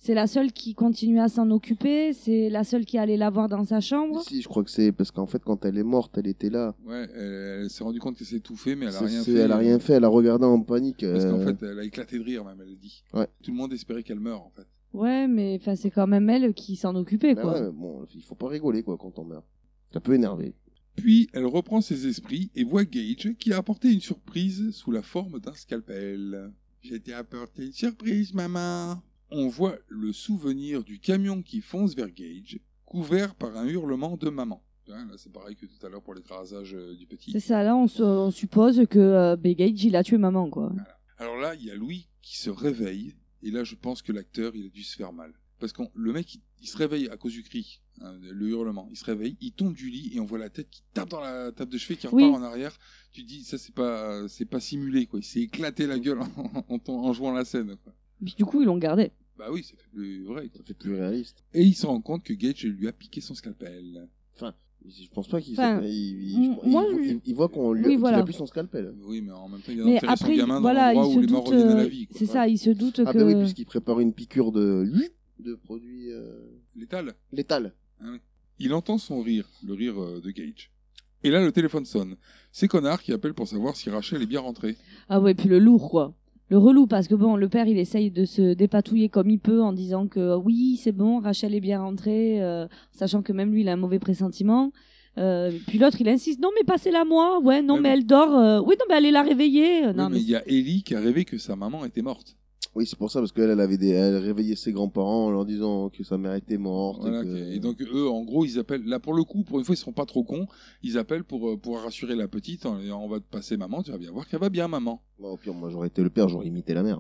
C'est la seule qui continue à s'en occuper, c'est la seule qui allait la voir dans sa chambre. Si, je crois que c'est parce qu'en fait, quand elle est morte, elle était là. Ouais, elle, elle s'est rendue compte qu'elle s'est étouffée, mais elle a C'est- rien c'est- fait. Elle a rien fait, elle a regardé en panique. Parce euh, qu'en fait, elle a éclaté de rire, même, elle a dit. Ouais. Tout le monde espérait qu'elle meure, en fait. Ouais, mais enfin, c'est quand même elle qui s'en occupait, bah quoi. ouais, bon, il faut pas rigoler quoi quand on meurt. Ça peut énerver. Puis, elle reprend ses esprits et voit Gage qui a apporté une surprise sous la forme d'un scalpel. J'ai été apporter une surprise, maman. On voit le souvenir du camion qui fonce vers Gage, couvert par un hurlement de maman. Hein, là, c'est pareil que tout à l'heure pour l'écrasage euh, du petit. C'est ça, là, on, se- on suppose que euh, ben, Gage, il a tué maman, quoi. Voilà. Alors là, il y a Louis qui se réveille, et là, je pense que l'acteur, il a dû se faire mal. Parce que le mec, il, il se réveille à cause du cri, hein, le hurlement. Il se réveille, il tombe du lit, et on voit la tête qui tape dans la table de chevet, qui repart Oui. en arrière. Tu te dis, ça, c'est pas, c'est pas simulé, quoi. Il s'est éclaté la gueule en, en, en jouant la scène, quoi. Puis du coup, ils l'ont gardé. Bah oui, ça fait plus vrai, quoi. Ça fait plus réaliste. Et il se rend compte que Gage lui a piqué son scalpel. Enfin, je pense pas qu'il Enfin, s'est- il, il, m- il- moi, il- je- il- il voit qu'on lui Oui, qu'il voilà. a plus son scalpel. Oui, mais en même temps, il a Mais enterré son après, gamin dans voilà, l'endroit il où se les morts doute, reviennent à la euh, vie, quoi. c'est ça, il se doute Ah que... bah oui, puisqu'il prépare une piqûre de de produit euh, Létal. létal. Ah oui. Il entend son rire, le rire euh, de Gage. Et là, le téléphone sonne. C'est Connard qui appelle pour savoir si Rachel est bien rentrée. Ah ouais, puis le lourd, quoi. Le relou, parce que bon, le père, il essaye de se dépatouiller comme il peut en disant que euh, oui, c'est bon, Rachel est bien rentrée, euh, sachant que même lui, il a un mauvais pressentiment. Euh, puis l'autre, il insiste, non, mais passez-la moi. Ouais, non, Ouais, mais mais- elle dort. euh, Oui, non, mais allez la réveiller. Euh, Non, Oui, mais mais il y a Ellie qui a rêvé que sa maman était morte. Oui, c'est pour ça parce qu'elle elle avait des elle réveillait ses grands-parents en leur disant que sa mère était morte. Voilà, et, que... et donc eux, en gros, ils appellent. Là, pour le coup, pour une fois, ils seront pas trop cons. Ils appellent pour euh, pour rassurer la petite. En disant, on va te passer maman. Tu vas bien voir qu'elle va bien, maman. Bon, au pire, moi j'aurais été le père, j'aurais imité la mère.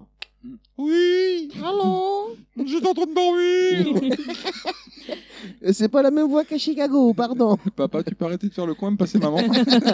Oui. Allô. J'étais en train de dormir. Et c'est pas la même voix qu'à Chicago, pardon. Papa, tu peux arrêter de faire le coin, me passer maman.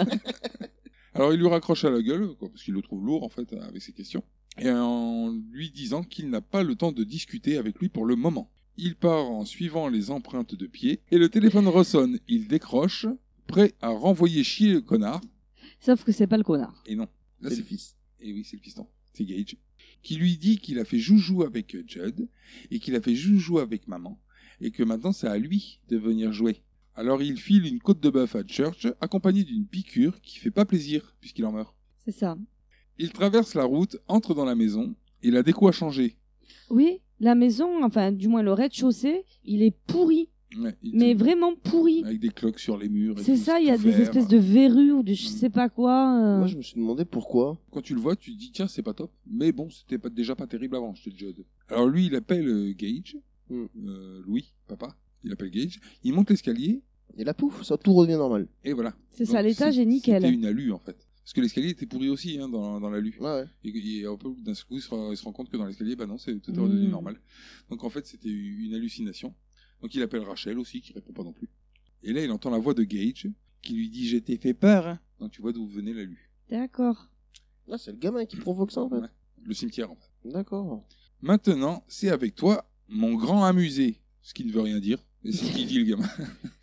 Alors il lui raccroche à la gueule, quoi, parce qu'il le trouve lourd en fait avec ses questions, et en lui disant qu'il n'a pas le temps de discuter avec lui pour le moment. Il part en suivant les empreintes de pied, et le téléphone ressonne. Il décroche, prêt à renvoyer chier le connard. Sauf que c'est pas le connard. Et non, là C'est le fils. Et oui, c'est le piston, c'est Gage, qui lui dit qu'il a fait joujou avec Judd, et qu'il a fait joujou avec maman, et que maintenant c'est à lui de venir jouer. Alors il file une côte de bœuf à Church, accompagnée d'une piqûre qui fait pas plaisir, puisqu'il en meurt. C'est ça. Il traverse la route, entre dans la maison, et la déco a changé. Oui, la maison, enfin, du moins le rez-de-chaussée, il est pourri. Ouais, il Mais te- vraiment pourri. Avec des cloques sur les murs. et C'est tout, ça, il y a tout des vert. espèces de verrues ou de je sais pas quoi. euh. Moi, je me suis demandé pourquoi. Quand tu le vois, tu te dis, tiens, c'est pas top. Mais bon, c'était pas, déjà pas terrible avant, je te dis. Judd. Alors lui, il appelle euh, Gage, Hmm. euh, Louis, papa, il appelle Gage, il monte l'escalier, Et là, pouf, ça tout redevient normal. et voilà. C'est ça, Donc, l'étage c'est- est nickel. C'était une alu, en fait. Parce que l'escalier était pourri aussi, hein, dans, dans l'alu. Ouais, ouais. Et, et un peu d'un seul coup, il se, rend, il se rend compte que dans l'escalier, bah non, c'est tout est Mmh. redevenu normal. Donc en fait, c'était une hallucination. Donc il appelle Rachel aussi, qui répond pas non plus. Et là, il entend la voix de Gage, qui lui dit « Je t'ai fait peur, hein !» Donc tu vois d'où venait l'alu. D'accord. Là, c'est le gamin qui provoque ça, en fait. Ouais. Le cimetière, en fait. D'accord. Maintenant, c'est avec toi, mon grand amusé. Ce qui ne veut rien dire. Et c'est ce qu'il dit, le gamin.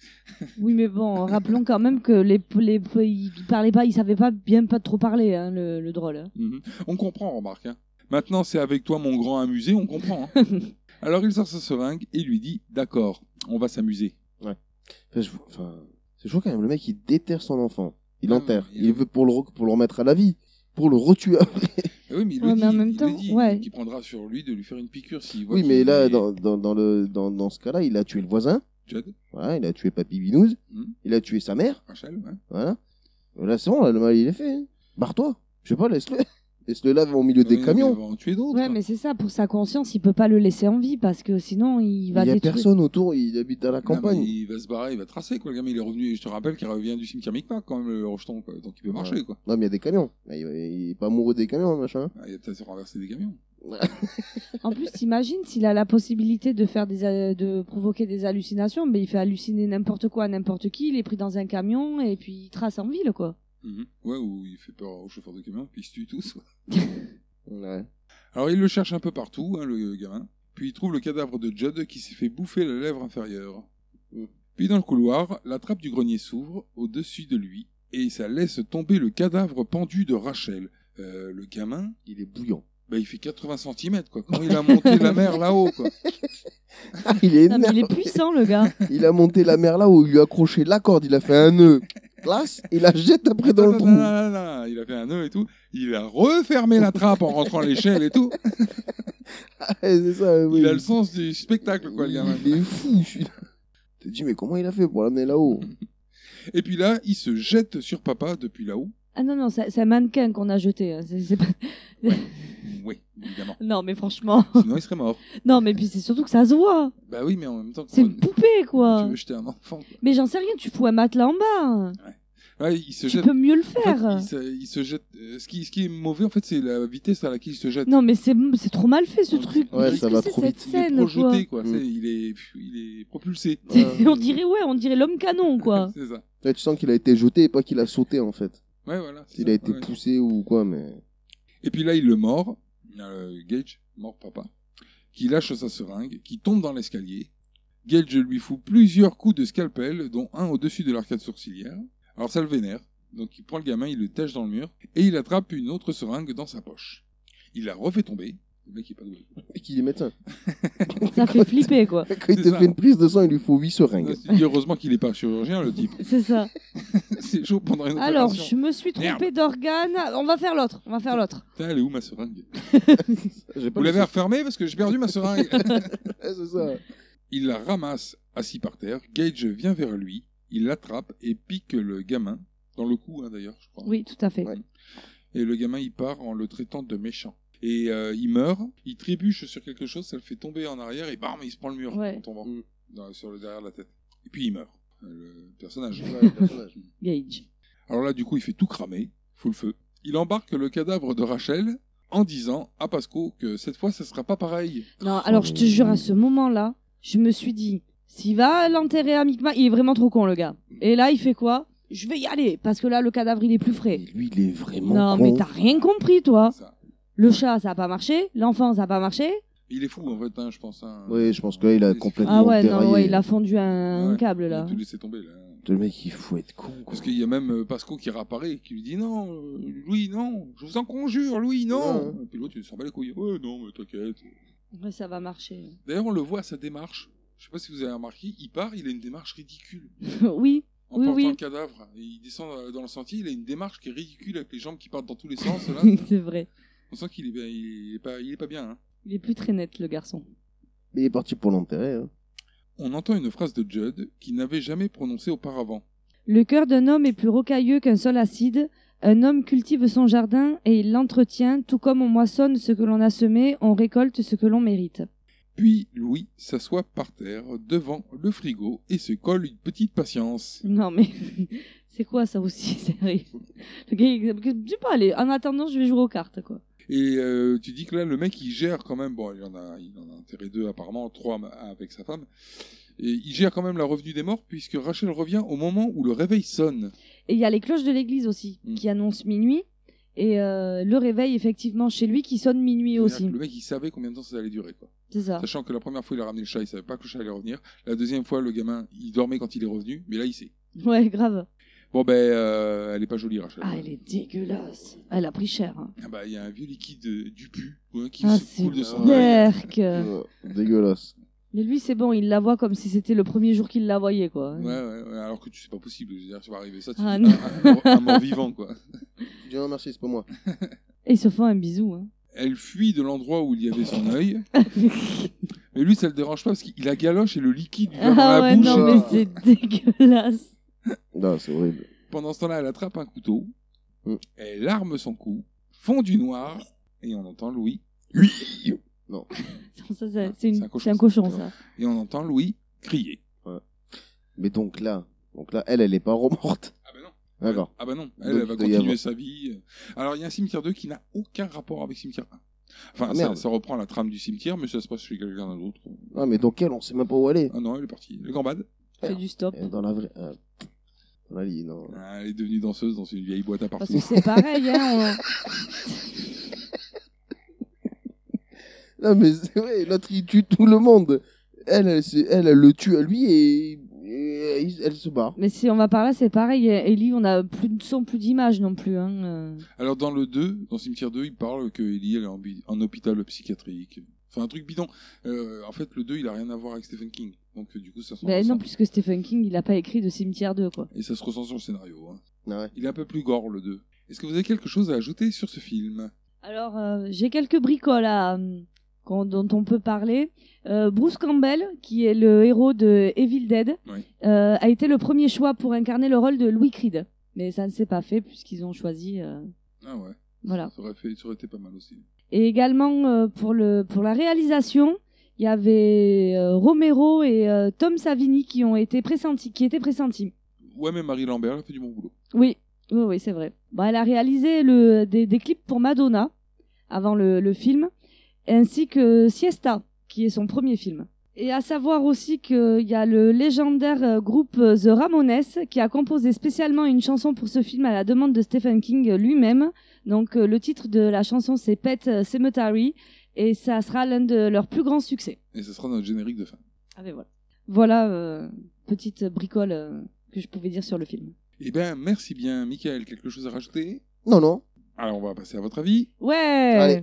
Oui, mais bon, rappelons quand même que les, les, il parlait pas, il savait pas bien pas trop parler, hein, le, le drôle. hein. Mhm. On comprend, remarque. Hein. Maintenant, c'est avec toi, mon grand amusé, on comprend. Hein. Alors il sort sa seringue et lui dit « D'accord, on va s'amuser. » Ouais. Enfin, je- enfin, c'est chaud quand même. Le mec, il déterre son enfant. Il Ah, l'enterre. il- Il veut pour le, re- pour le remettre à la vie. Pour le retuer après. Eh oui, mais il Ouais, le mais dit, en même il le temps, dit, ouais. qu'il prendra sur lui de lui faire une piqûre s'il voit Oui, qu'il mais là, est- dans, dans, dans, le, dans, dans ce cas-là, il a tué le voisin. Judd, Voilà, il a tué Papy Binouze. Mhm. Il a tué sa mère. Rachel, ouais. Voilà. Là, c'est bon, là, le mal, il est fait. hein. Barre-toi. Je sais pas, laisse-le. Laisse-le là au milieu des Oui, mais camions. il va en tuer d'autres. Ouais, mais c'est ça, pour sa conscience, il peut pas le laisser en vie parce que sinon il Il va y a détruire. personne autour, il habite dans la Non, campagne. mais il va se barrer, il va tracer, quoi. Le gamin, il est revenu, je te rappelle qu'il revient du cimetière Micmac, quand même, le rejeton, quoi. Donc il peut marcher, Ouais. quoi. Non, mais il y a des camions. Mais il, il est pas amoureux des camions, machin. Ah, il a peut-être renversé des camions. En plus, t'imagines s'il a la possibilité de faire des ha- de provoquer des hallucinations, mais il fait halluciner n'importe quoi à n'importe qui, il est pris dans un camion et puis il trace en ville, quoi. Mhm. Ouais, ou il fait peur aux chauffeurs de camion, puis ils se tuent tous. Ouais. Alors il le cherche un peu partout, hein, le gamin. Puis il trouve le cadavre de Judd qui s'est fait bouffer la lèvre inférieure. Mm. Puis dans le couloir, la trappe du grenier s'ouvre au-dessus de lui et ça laisse tomber le cadavre pendu de Rachel. Euh, le gamin, Il est bouillant. bah, il fait quatre-vingts centimètres, quoi. Comment il a monté la mer là-haut, quoi. Ah, il est Non, mais il est énervé. puissant, le gars. Il a monté la mer là où il lui a accroché la corde, il a fait un nœud. Classe, il la jette après dans Non, le non, trou. non, non, non, il a fait un nœud et tout. Il a refermé la trappe en rentrant à l'échelle et tout. Ah, c'est ça, oui. Il a le sens du spectacle, quoi, le gamin. Il est fou, celui-là. Tu te dis, mais comment il a fait pour l'amener là-haut? Et puis là, il se jette sur papa depuis là-haut. Ah non, non, c'est c'est un mannequin qu'on a jeté. hein. C'est, c'est pas... Oui, évidemment. Non, mais franchement. Sinon, il serait mort. Non, mais puis c'est surtout que ça se voit. Bah oui, mais en même temps... C'est comment- une poupée, quoi. Tu veux jeter un enfant, quoi. Mais j'en sais rien, tu fous un matelas en bas. Ouais, il se Tu jette... peux mieux le En fait, faire. il, se, il se jette... euh, Ce qui, ce qui est mauvais, en fait, c'est la vitesse à laquelle il se jette. Non, mais c'est, c'est trop mal fait, ce truc. Ouais, Qu'est-ce ça que va c'est, trop cette vite. Il est scène, projeté, quoi. quoi. Mm. C'est- Il, est, il est propulsé. On dirait, ouais, on dirait l'homme canon, quoi. C'est ça. Là, tu sens qu'il a été jeté et pas qu'il a sauté, en fait. Ouais, voilà. c'est Il ça, a été ouais. poussé ou quoi, mais... Et puis là, il le mord, euh, Gage, mord papa, qui lâche sa seringue, qui tombe dans l'escalier. Gage lui fout plusieurs coups de scalpel, dont un au-dessus de l'arcade sourcilière. Alors ça le vénère, donc il prend le gamin, il le tèche dans le mur, et il attrape une autre seringue dans sa poche. Il la refait tomber. Le mec est pas doué. Et qu'il est médecin. Ça fait flipper, quoi. Quand il C'est te ça. fait une prise de sang, il lui faut huit seringues. Tu dis heureusement qu'il est pas chirurgien, le type. C'est ça. C'est chaud pendant une Alors, opération. je me suis trompé Merde. d'organe. On va faire l'autre. On va faire l'autre. Putain, elle est où ma seringue? J'ai pas Vous vu l'avez ça. refermée parce que j'ai perdu ma seringue. Ouais, c'est ça. Il la ramasse assis par terre. Gage vient vers lui. Il l'attrape et pique le gamin. Dans le cou, hein, d'ailleurs, je crois. Oui, tout à fait. Ouais. Et le gamin, il part en le traitant de méchant. Et euh, il meurt. Il trébuche sur quelque chose. Ça le fait tomber en arrière. Et bam, il se prend le mur Ouais. en tombant Mm. dans- sur le derrière de la tête. Et puis il meurt. Euh, Le personnage. Ouais, le personnage. Gage. Alors là, du coup, il fait tout cramer. Fout le feu. Il embarque le cadavre de Rachel en disant à Pasco que cette fois, ça sera pas pareil. Non, alors je te jure, à ce moment-là, je me suis dit, s'il va l'enterrer amicalement, il est vraiment trop con, le gars. Et là, il fait quoi? Je vais y aller, parce que là, le cadavre, il est plus frais. Et lui, il est vraiment Non, con. mais t'as rien compris, toi. Ça. Le chat, ça a pas marché. L'enfant, ça a pas marché. Il est fou, en fait, hein, je pense. Hein. Oui, je pense que là, il a Il- complètement Ah ouais, non, déraillé. ouais, il a fondu un, un Ouais, câble, Il là. a tout laissé tomber, là. Le mec, il faut être con, quoi. Parce qu'il y a même euh, Pasco qui réapparaît et qui lui dit non, euh, Louis, non, je vous en conjure, Louis, non. Ouais. Et puis l'autre, il s'en bat les couilles. Ouais, non, mais t'inquiète. Ouais, ça va marcher. D'ailleurs, on le voit à sa démarche. Je sais pas si vous avez remarqué, il part, il a une démarche ridicule. Oui, En oui, portant oui. le cadavre, et il descend dans- dans le sentier, il a une démarche qui est ridicule avec les jambes qui partent dans tous les sens. Là. C'est vrai. On sent qu'il est, bien- il est pas, il est pas bien. Hein. Il est plus très net, le garçon. Il est parti pour l'enterrer. Hein. On entend une phrase de Judd qu'il n'avait jamais prononcée auparavant. Le cœur d'un homme est plus rocailleux qu'un sol acide. Un homme cultive son jardin et il l'entretient, tout comme on moissonne ce que l'on a semé, on récolte ce que l'on mérite. Puis Louis s'assoit par terre devant le frigo et se colle une petite patience. Non mais c'est quoi ça aussi, sérieux? Le gars, il- je sais pas, allez, en attendant, je vais jouer aux cartes, quoi. Et euh, tu dis que là, le mec, il gère quand même. Bon, il en a, il en a enterré deux, apparemment, trois avec sa femme. Et il gère quand même la revenue des morts, puisque Rachel revient au moment où le réveil sonne. Et il y a les cloches de l'église aussi, Mm. qui annoncent minuit. Et euh, le réveil, effectivement, chez lui, qui sonne minuit aussi. C'est-à-dire que le mec, il savait combien de temps ça allait durer, quoi. C'est ça. Sachant que la première fois, il a ramené le chat, il savait pas que le chat allait revenir. La deuxième fois, le gamin, il dormait quand il est revenu, mais là, il sait. Ouais, grave. Bon, ben, euh, elle est pas jolie, Rachel. Ah, elle est dégueulasse. Elle a pris cher. Hein. Ah bah, il y a un vieux liquide euh, du pu ouais, qui Ah, se c'est coule de son œil. berk. Euh, dégueulasse. Mais lui, c'est bon, il la voit comme si c'était le premier jour qu'il la voyait, quoi. Ouais, ouais, ouais, alors que tu sais pas possible. Je veux dire, ça va arriver ça, tu Ah, dis, non. un, un mort- un mort vivant, quoi. Je dis non, merci, c'est pas moi. Et ils se font un bisou. Hein. Elle fuit de l'endroit où il y avait son œil. Mais lui, ça le dérange pas parce qu'il a galoche et le liquide lui va dans Ah la ouais, bouche. non, mais c'est dégueulasse. Non, c'est horrible. Pendant ce temps-là, elle attrape un couteau. Mm. Elle arme son cou. Fond du noir. Et on entend Louis. Oui. Non. Ça, c'est, c'est, une- C'est un cochon, c'est un cochon, ça. Et on entend Louis crier. Ouais. Mais donc là, donc là, elle, elle est pas remorte. Ah ben non. D'accord. Ah bah non, elle, Donc, elle va il doit y continuer avoir- sa vie. Alors il y a un cimetière deux qui n'a aucun rapport avec cimetière un. Enfin, Ah, ça, merde. ça reprend la trame du cimetière, mais ça se passe chez quelqu'un d'autre. Ah, mais donc elle, on sait même pas où elle est. Ah non, elle est partie. Le gambade. Fait du stop. Elle est dans la vraie. ah, dans la ligne, non. Ah, elle est devenue danseuse dans une vieille boîte à Parce partout. que c'est pareil, hein. Non, mais c'est vrai, l'autre, il tue tout le monde. Elle, elle, c'est- elle, elle le tue à lui et, et Et il- elle se barre. Mais si on va par là, c'est pareil. Ellie, on a plus de son, plus d'images non plus. Hein. euh. Alors dans le deux, dans Cimetière deux, il parle que Ellie elle est en, bi- en hôpital psychiatrique. Enfin un truc bidon. Euh, en fait le deux il a rien à voir avec Stephen King. Donc euh, du coup ça se Ben ressent. non, puisque Stephen King, il a pas écrit de Cimetière deux, quoi. Et ça se ressent sur le scénario. Hein. Ah ouais. Il est un peu plus gore le deux. Est-ce que vous avez quelque chose à ajouter sur ce film? Alors, euh, j'ai quelques bricoles à, qu'on- dont on peut parler. Euh, Bruce Campbell, qui est le héros de Evil Dead, Oui. euh, a été le premier choix pour incarner le rôle de Louis Creed. Mais ça ne s'est pas fait puisqu'ils ont choisi... euh, Ah ouais. Voilà. Ça aurait, fait, ça aurait été pas mal aussi. Et également, euh, pour, le, pour la réalisation, il y avait euh, Romero et euh, Tom Savini qui ont été pressentis, qui étaient pressentis. Ouais mais Marie Lambert elle a fait du bon boulot. Oui, oui, oui, c'est vrai. Bon, elle a réalisé le, des, des clips pour Madonna avant le, le film, ainsi que Siesta, qui est son premier film. Et à savoir aussi qu'il y a le légendaire euh, groupe euh, The Ramones qui a composé spécialement une chanson pour ce film à la demande de Stephen King lui-même. Donc euh, le titre de la chanson c'est Pet Cemetery et ça sera l'un de leurs plus grands succès. Et ce sera notre générique de fin. Ah ben voilà. Voilà, euh, petite bricole euh, que je pouvais dire sur le film. Eh bien merci bien. Michael, quelque chose à rajouter? Non, non. Alors on va passer à votre avis. Ouais. Allez.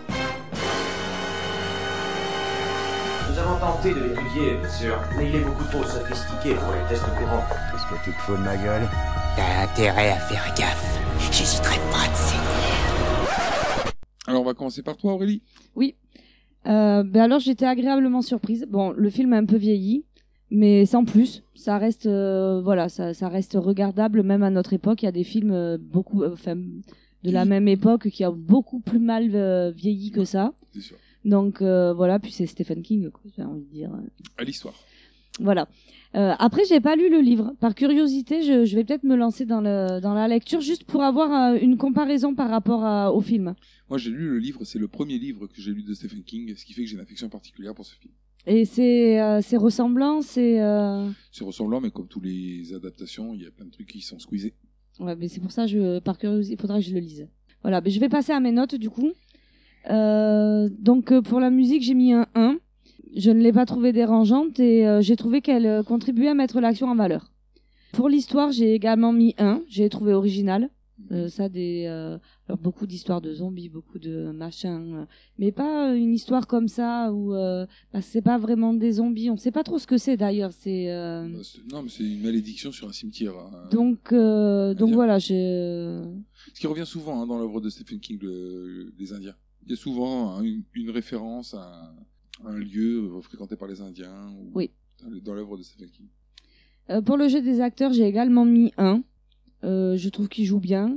Nous avons tenté de l'étudier, bien sûr, mais il est beaucoup trop sophistiqué pour les tests courants. Qu'est-ce que tu te fous de ma gueule? T'as intérêt à faire gaffe. J'hésiterai pas de saigner. Alors on va commencer par toi Aurélie. Oui. Euh, ben alors j'étais agréablement surprise. Bon, le film a un peu vieilli, mais sans plus. Ça reste, euh, voilà, ça, ça reste regardable même à notre époque. Il y a des films euh, beaucoup, enfin, de la même époque qui a beaucoup plus mal euh, vieilli que ça. C'est sûr. Donc euh, voilà, puis c'est Stephen King, quoi, j'ai envie de dire. À l'histoire. Voilà. Euh, après, j'ai pas lu le livre. Par curiosité, je, je vais peut-être me lancer dans, le, dans la lecture juste pour avoir euh, une comparaison par rapport à, au film. Moi j'ai lu le livre, c'est le premier livre que j'ai lu de Stephen King, ce qui fait que j'ai une affection particulière pour ce film. Et c'est euh, c'est ressemblant, c'est... Euh... C'est ressemblant, mais comme toutes les adaptations, il y a plein de trucs qui sont squeezés. Ouais, mais c'est pour ça, je, par curiosité, il faudra que je le lise. Voilà, mais je vais passer à mes notes du coup. Euh, donc euh, pour la musique, j'ai mis un un. Je ne l'ai pas trouvée dérangeante et euh, j'ai trouvé qu'elle euh, contribuait à mettre l'action en valeur. Pour l'histoire, j'ai également mis un. J'ai trouvé original. Euh, ça, des, euh, alors beaucoup d'histoires de zombies, beaucoup de machins, euh, mais pas euh, une histoire comme ça où euh, bah, c'est pas vraiment des zombies. On sait pas trop ce que c'est d'ailleurs. C'est euh... Bah, c'est- non, mais c'est une malédiction sur un cimetière. hein. donc euh, donc dire. voilà, j'ai Ce qui revient souvent hein, dans l'œuvre de Stephen King, le- les Indiens. Il y a souvent hein, une, une référence à un, un lieu euh, fréquenté par les Indiens ou Oui. dans, le- dans l'œuvre de Stephen King. Euh, pour le jeu des acteurs, j'ai également mis un. Euh, je trouve qu'ils jouent bien.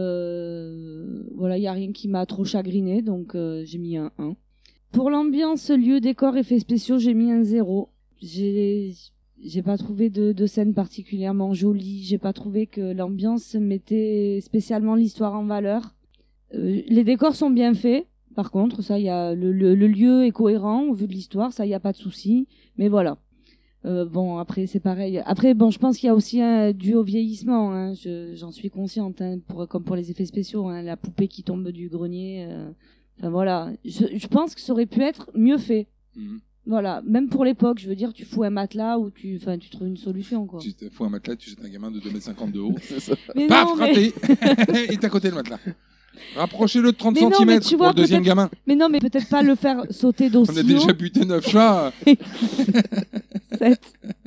Euh, voilà, il y a rien qui m'a trop chagriné, donc euh, j'ai mis un un. Pour l'ambiance, lieu, décor, effets spéciaux, j'ai mis un zéro. J'ai j'ai pas trouvé de, de scène particulièrement jolie. J'ai pas trouvé que l'ambiance mettait spécialement l'histoire en valeur. Euh, les décors sont bien faits. Par contre, ça, il y a le, le, le lieu est cohérent au vu de l'histoire, ça, il y a pas de souci. Mais voilà. Euh, bon, après, c'est pareil. Après, bon, je pense qu'il y a aussi un dû au vieillissement. Hein. Je, j'en suis consciente, hein, pour, comme pour les effets spéciaux. Hein, la poupée qui tombe du grenier. Euh, enfin, voilà. Je, je pense que ça aurait pu être mieux fait. Mhm. Voilà. Même pour l'époque, je veux dire, tu fous un matelas ou tu, enfin, tu trouves une solution, quoi. Tu te fous un matelas, tu jettes un gamin de deux mètres cinquante de haut. Mais Paf, non, mais- raté. Il est à côté le matelas. Rapprochez-le de trente Mais non, mais centimètres tu pour vois, le deuxième peut-être- gamin. Mais non, mais peut-être pas le faire sauter d'aussi On a déjà haut. buté neuf chats. Sept.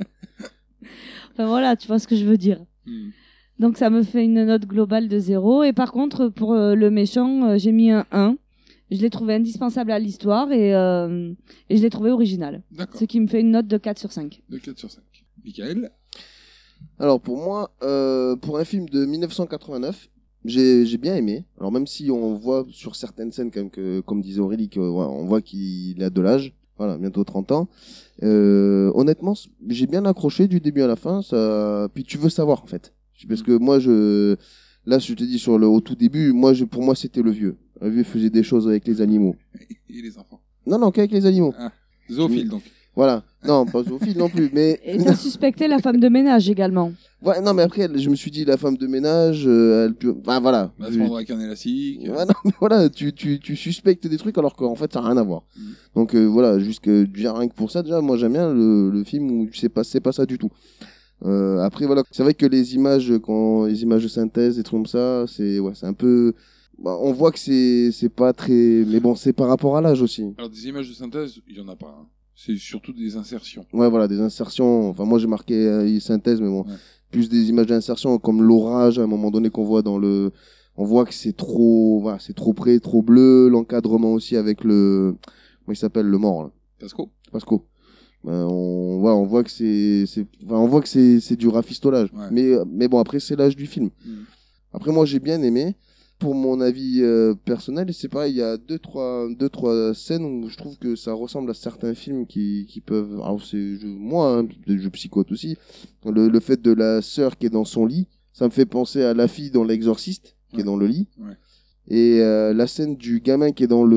Enfin voilà, tu vois ce que je veux dire. Hmm. Donc ça me fait une note globale de zéro. Et par contre, pour euh, le méchant, euh, j'ai mis un un. Je l'ai trouvé indispensable à l'histoire et, euh, et je l'ai trouvé original. D'accord. Ce qui me fait une note de quatre sur cinq. De quatre sur cinq. Michael. Alors pour moi, euh, pour un film de mille neuf cent quatre-vingt-neuf, j'ai j'ai bien aimé. Alors même si on voit sur certaines scènes, quand même, que, comme disait Aurélie, que, ouais, on voit qu'il a de l'âge, voilà, bientôt trente ans. Euh, honnêtement, c- j'ai bien accroché du début à la fin. Ça... Puis tu veux savoir en fait, parce que moi je, là je te dis sur le au tout début, moi je, pour moi c'était le vieux. Le vieux faisait des choses avec les animaux. Et les enfants. Non non, qu'avec les animaux. Ah, zoophile donc. Voilà. Non, pas zoophile non plus, mais Et t'as suspecté la femme de ménage également. Ouais, non, mais après, je me suis dit, la femme de ménage, euh, elle peut. Enfin, voilà. On va se prendre avec un élastique. Ouais, non, mais voilà, tu, tu, tu suspectes des trucs alors qu'en fait, ça n'a rien à voir. Mm. Donc, euh, voilà, jusque, déjà, rien que pour ça, déjà, moi, j'aime bien le, le film où c'est pas, c'est pas ça du tout. Euh, après, voilà, c'est vrai que les images, quand, les images de synthèse et trucs comme ça, c'est, ouais, c'est un peu. Bah, on voit que c'est, c'est pas très. Mais bon, c'est par rapport à l'âge aussi. Alors, des images de synthèse, il y en a pas. Hein. C'est surtout des insertions. Ouais, voilà, des insertions. Enfin, moi, j'ai marqué euh, synthèse, mais bon. Ouais. Plus des images d'insertion, comme l'orage, à un moment donné, qu'on voit dans le. On voit que c'est trop. Voilà, c'est trop près, trop bleu. L'encadrement aussi avec le. Comment il s'appelle, le mort, là. Pasco. Pasco. Ben, on, voilà, on voit que c'est. c'est... Enfin, on voit que c'est, c'est du rafistolage. Ouais. Mais, mais bon, après, c'est l'âge du film. Mmh. Après, moi, j'ai bien aimé. Pour mon avis euh, personnel, c'est pareil, il y a deux trois, deux, trois scènes où je trouve que ça ressemble à certains films qui, qui peuvent... Alors, c'est je, moi, hein, je psychote aussi. Le, le fait de la sœur qui est dans son lit, ça me fait penser à la fille dans L'Exorciste, qui ouais. est dans le lit. Ouais. Et euh, la scène du gamin qui est dans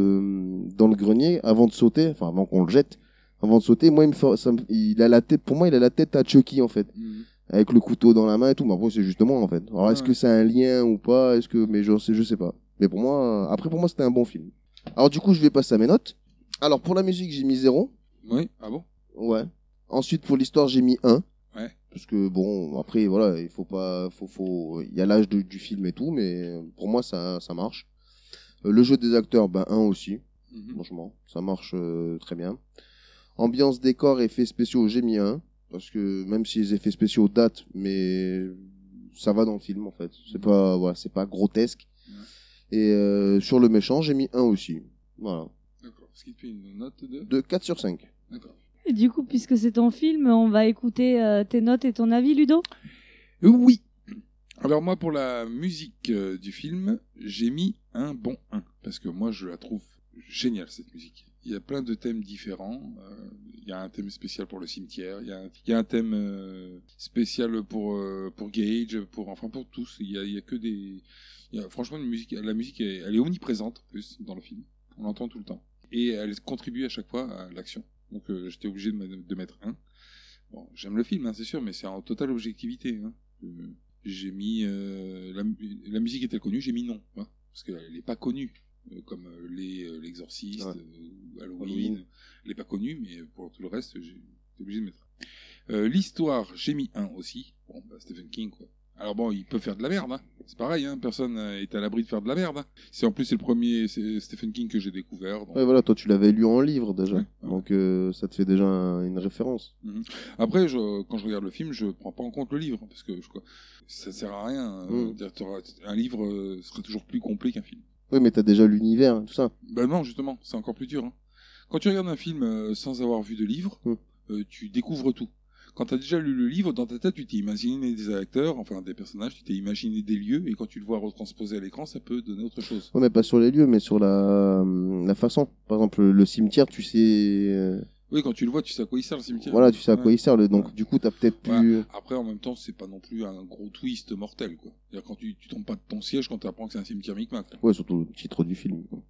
le, dans le grenier, avant de sauter, enfin, avant qu'on le jette, avant de sauter, moi, il, me fait, ça me, il a la tête, pour moi, il a la tête à Chucky, en fait. Mmh. Avec le couteau dans la main et tout, mais après c'est justement en fait. Alors ouais. Est-ce que c'est un lien ou pas, est-ce que, mais je sais, je sais pas. Mais pour moi, après pour moi c'était un bon film. Alors du coup je vais passer à mes notes. Alors pour la musique j'ai mis zéro. Oui, ah bon. Ouais. Ensuite pour l'histoire j'ai mis un. Ouais. Parce que bon après voilà il faut pas, faut faut, il y a l'âge de, du film et tout, mais pour moi ça ça marche. Euh, le jeu des acteurs ben un aussi. Mm-hmm. Franchement ça marche euh, très bien. Ambiance, décor, effets spéciaux j'ai mis un. Parce que même si les effets spéciaux datent, mais ça va dans le film en fait. C'est mmh. pas, voilà, c'est pas grotesque. Ouais. Et euh, sur le méchant, j'ai mis un aussi. Voilà. D'accord. Ce qui te fait une note de de quatre sur cinq. D'accord. Et du coup, puisque c'est ton film, on va écouter euh, tes notes et ton avis, Ludo. euh, Oui. Alors moi, pour la musique euh, du film, j'ai mis un bon un. Parce que moi, je la trouve géniale, cette musique. Il y a plein de thèmes différents. Euh, il y a un thème spécial pour le cimetière. Il y a un, il y a un thème euh, spécial pour euh, pour Gage, pour enfin pour tous. Il y a, il y a que des. Il y a, franchement, une musique, la musique, est, elle est omniprésente en plus dans le film. On l'entend tout le temps et elle contribue à chaque fois à l'action. Donc euh, j'étais obligé de, de mettre un. Bon, j'aime le film, hein, c'est sûr, mais c'est en totale objectivité. Hein. Euh, j'ai mis euh, la, la musique est-elle connue ? J'ai mis non, hein, parce qu'elle n'est pas connue. Euh, comme euh, les euh, l'Exorciste, ouais. euh, Halloween, Halloween. Elle n'est pas connue, mais pour tout le reste, j'ai été obligé de mettre un. Euh, l'histoire, j'ai mis un aussi. Bon, bah, Stephen King, quoi. Alors bon, il peut faire de la merde, hein. C'est pareil, hein. Personne est à l'abri de faire de la merde. Hein. C'est en plus c'est le premier c'est Stephen King que j'ai découvert. Donc... Ouais, voilà, toi tu l'avais lu en livre déjà, ouais, ouais. donc euh, ça te fait déjà un, une référence. Mm-hmm. Après, je, quand je regarde le film, je prends pas en compte le livre parce que je, quoi, ça sert à rien. Mm. Euh, un livre euh, serait toujours plus complet qu'un film. Oui, mais t'as déjà l'univers, hein, tout ça. Ben non, justement, c'est encore plus dur. Hein. Quand tu regardes un film euh, sans avoir vu de livre, mm. euh, tu découvres tout. Quand t'as déjà lu le livre, dans ta tête, tu t'es imaginé des acteurs, enfin des personnages, tu t'es imaginé des lieux, et quand tu le vois retransposé à l'écran, ça peut donner autre chose. Oui, mais pas sur les lieux, mais sur la, la façon. Par exemple, le cimetière, tu sais... Euh... Oui, quand tu le vois, tu sais à quoi il sert le cimetière. Voilà, tu sais à quoi ouais. il sert, le... donc ouais. du coup, t'as peut-être plus... Ouais. Après, en même temps, c'est pas non plus un gros twist mortel, quoi. C'est-à-dire quand tu, tu tombes pas de ton siège quand tu apprends que c'est un cimetière Micmac. Ouais, surtout le titre du film, quoi.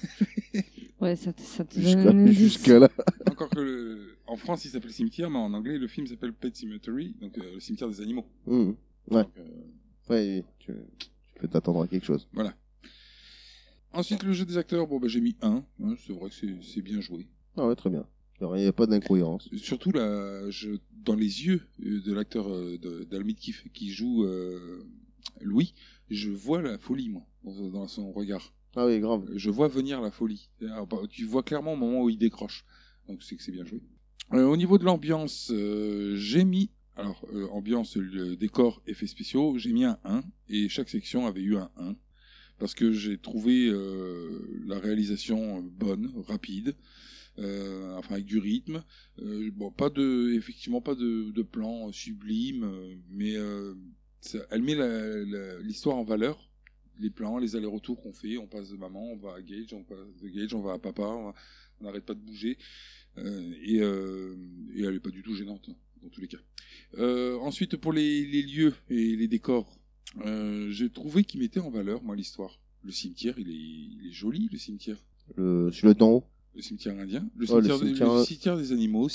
Ouais, ça te, ça te jusqu'à, donne jusqu'à là. Encore que le... en France, il s'appelle Cimetière, mais en anglais, le film s'appelle Pet Cemetery, donc euh, le cimetière des animaux. Mmh. Ouais. Donc, euh... Ouais, tu, tu peux t'attendre à quelque chose. Voilà. Ensuite, le jeu des acteurs, bon, bah, j'ai mis un. Hein, c'est vrai que c'est, c'est bien joué. Ah ouais, très bien. Il n'y a pas d'incohérence. Surtout là, je, dans les yeux de l'acteur euh, de, d'Almid qui, qui joue euh, Louis, je vois la folie, moi, dans, dans son regard. Ah oui, grave. Je vois venir la folie. Alors, tu vois clairement au moment où il décroche. Donc c'est que c'est bien joué. Euh, au niveau de l'ambiance, euh, j'ai mis... Alors, euh, ambiance, le décor, effets spéciaux, j'ai mis un un. Et chaque section avait eu un un. Parce que j'ai trouvé euh, la réalisation bonne, rapide. Euh, enfin, avec du rythme. Euh, bon, pas de... Effectivement, pas de, de plan sublime. Mais euh, ça, elle met la, la, l'histoire en valeur. Les plans, les allers-retours qu'on fait, on passe de maman, on va à Gage, on passe de Gage, on va à papa, on n'arrête pas de bouger, euh, et, euh, et elle est pas du tout gênante, hein, dans tous les cas. Euh, ensuite, pour les, les lieux et les décors, euh, j'ai trouvé qu'ils mettaient en valeur, moi, l'histoire. Le cimetière, il est, il est joli, le cimetière. Le, sur le temps haut. Le cimetière indien. Le, oh, cimetière, le, cimetière... le cimetière des animaux aussi.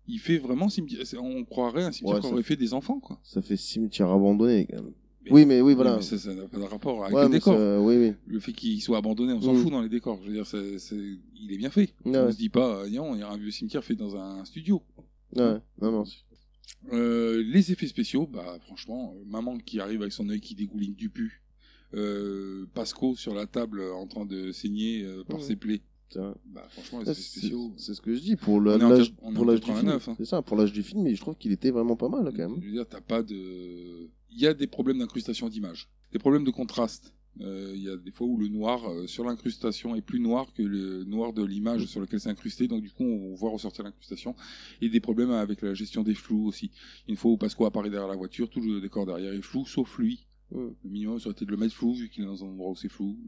il fait vraiment cimetière. On croirait un cimetière Ouais, qui ça aurait fait- fait des enfants, quoi. Ça fait cimetière abandonné, quand même. Mais- oui, mais oui, voilà. mais ça, ça n'a pas de rapport avec Ouais, le mais décor. ça- oui, oui. Le fait qu'il soit abandonné, on s'en Mm. fout dans les décors. Je veux dire, c'est, c'est- il est bien fait. Ouais, on ouais. se dit pas, euh, non, il y a un vieux cimetière fait dans un studio. Ouais, non, non. Euh, les effets spéciaux, bah franchement, euh, maman qui arrive avec son œil qui dégouline du pu, euh, Pasco sur la table euh, en train de saigner euh, par Ouais. ses plaies. C'est vrai. Bah franchement, les Ça, effets C'est spéciaux. c'est ce que je dis pour le- On est en l'âge quat- on est pour en l'âge du film. quatre-vingt-neuf, hein. C'est ça, pour l'âge du film, mais je trouve qu'il était vraiment pas mal quand même. Je veux dire, t'as pas de. Il y a des problèmes d'incrustation d'image, des problèmes de contraste. Euh, Il y a des fois où le noir euh, sur l'incrustation est plus noir que le noir de l'image sur lequel c'est incrusté, donc du coup on voit ressortir l'incrustation. Et des problèmes avec la gestion des flous aussi. Une fois où Pasco apparaît derrière la voiture, tout le décor derrière est flou, sauf lui. Mm. Le minimum ça aurait été de le mettre flou vu qu'il est dans un endroit où c'est flou.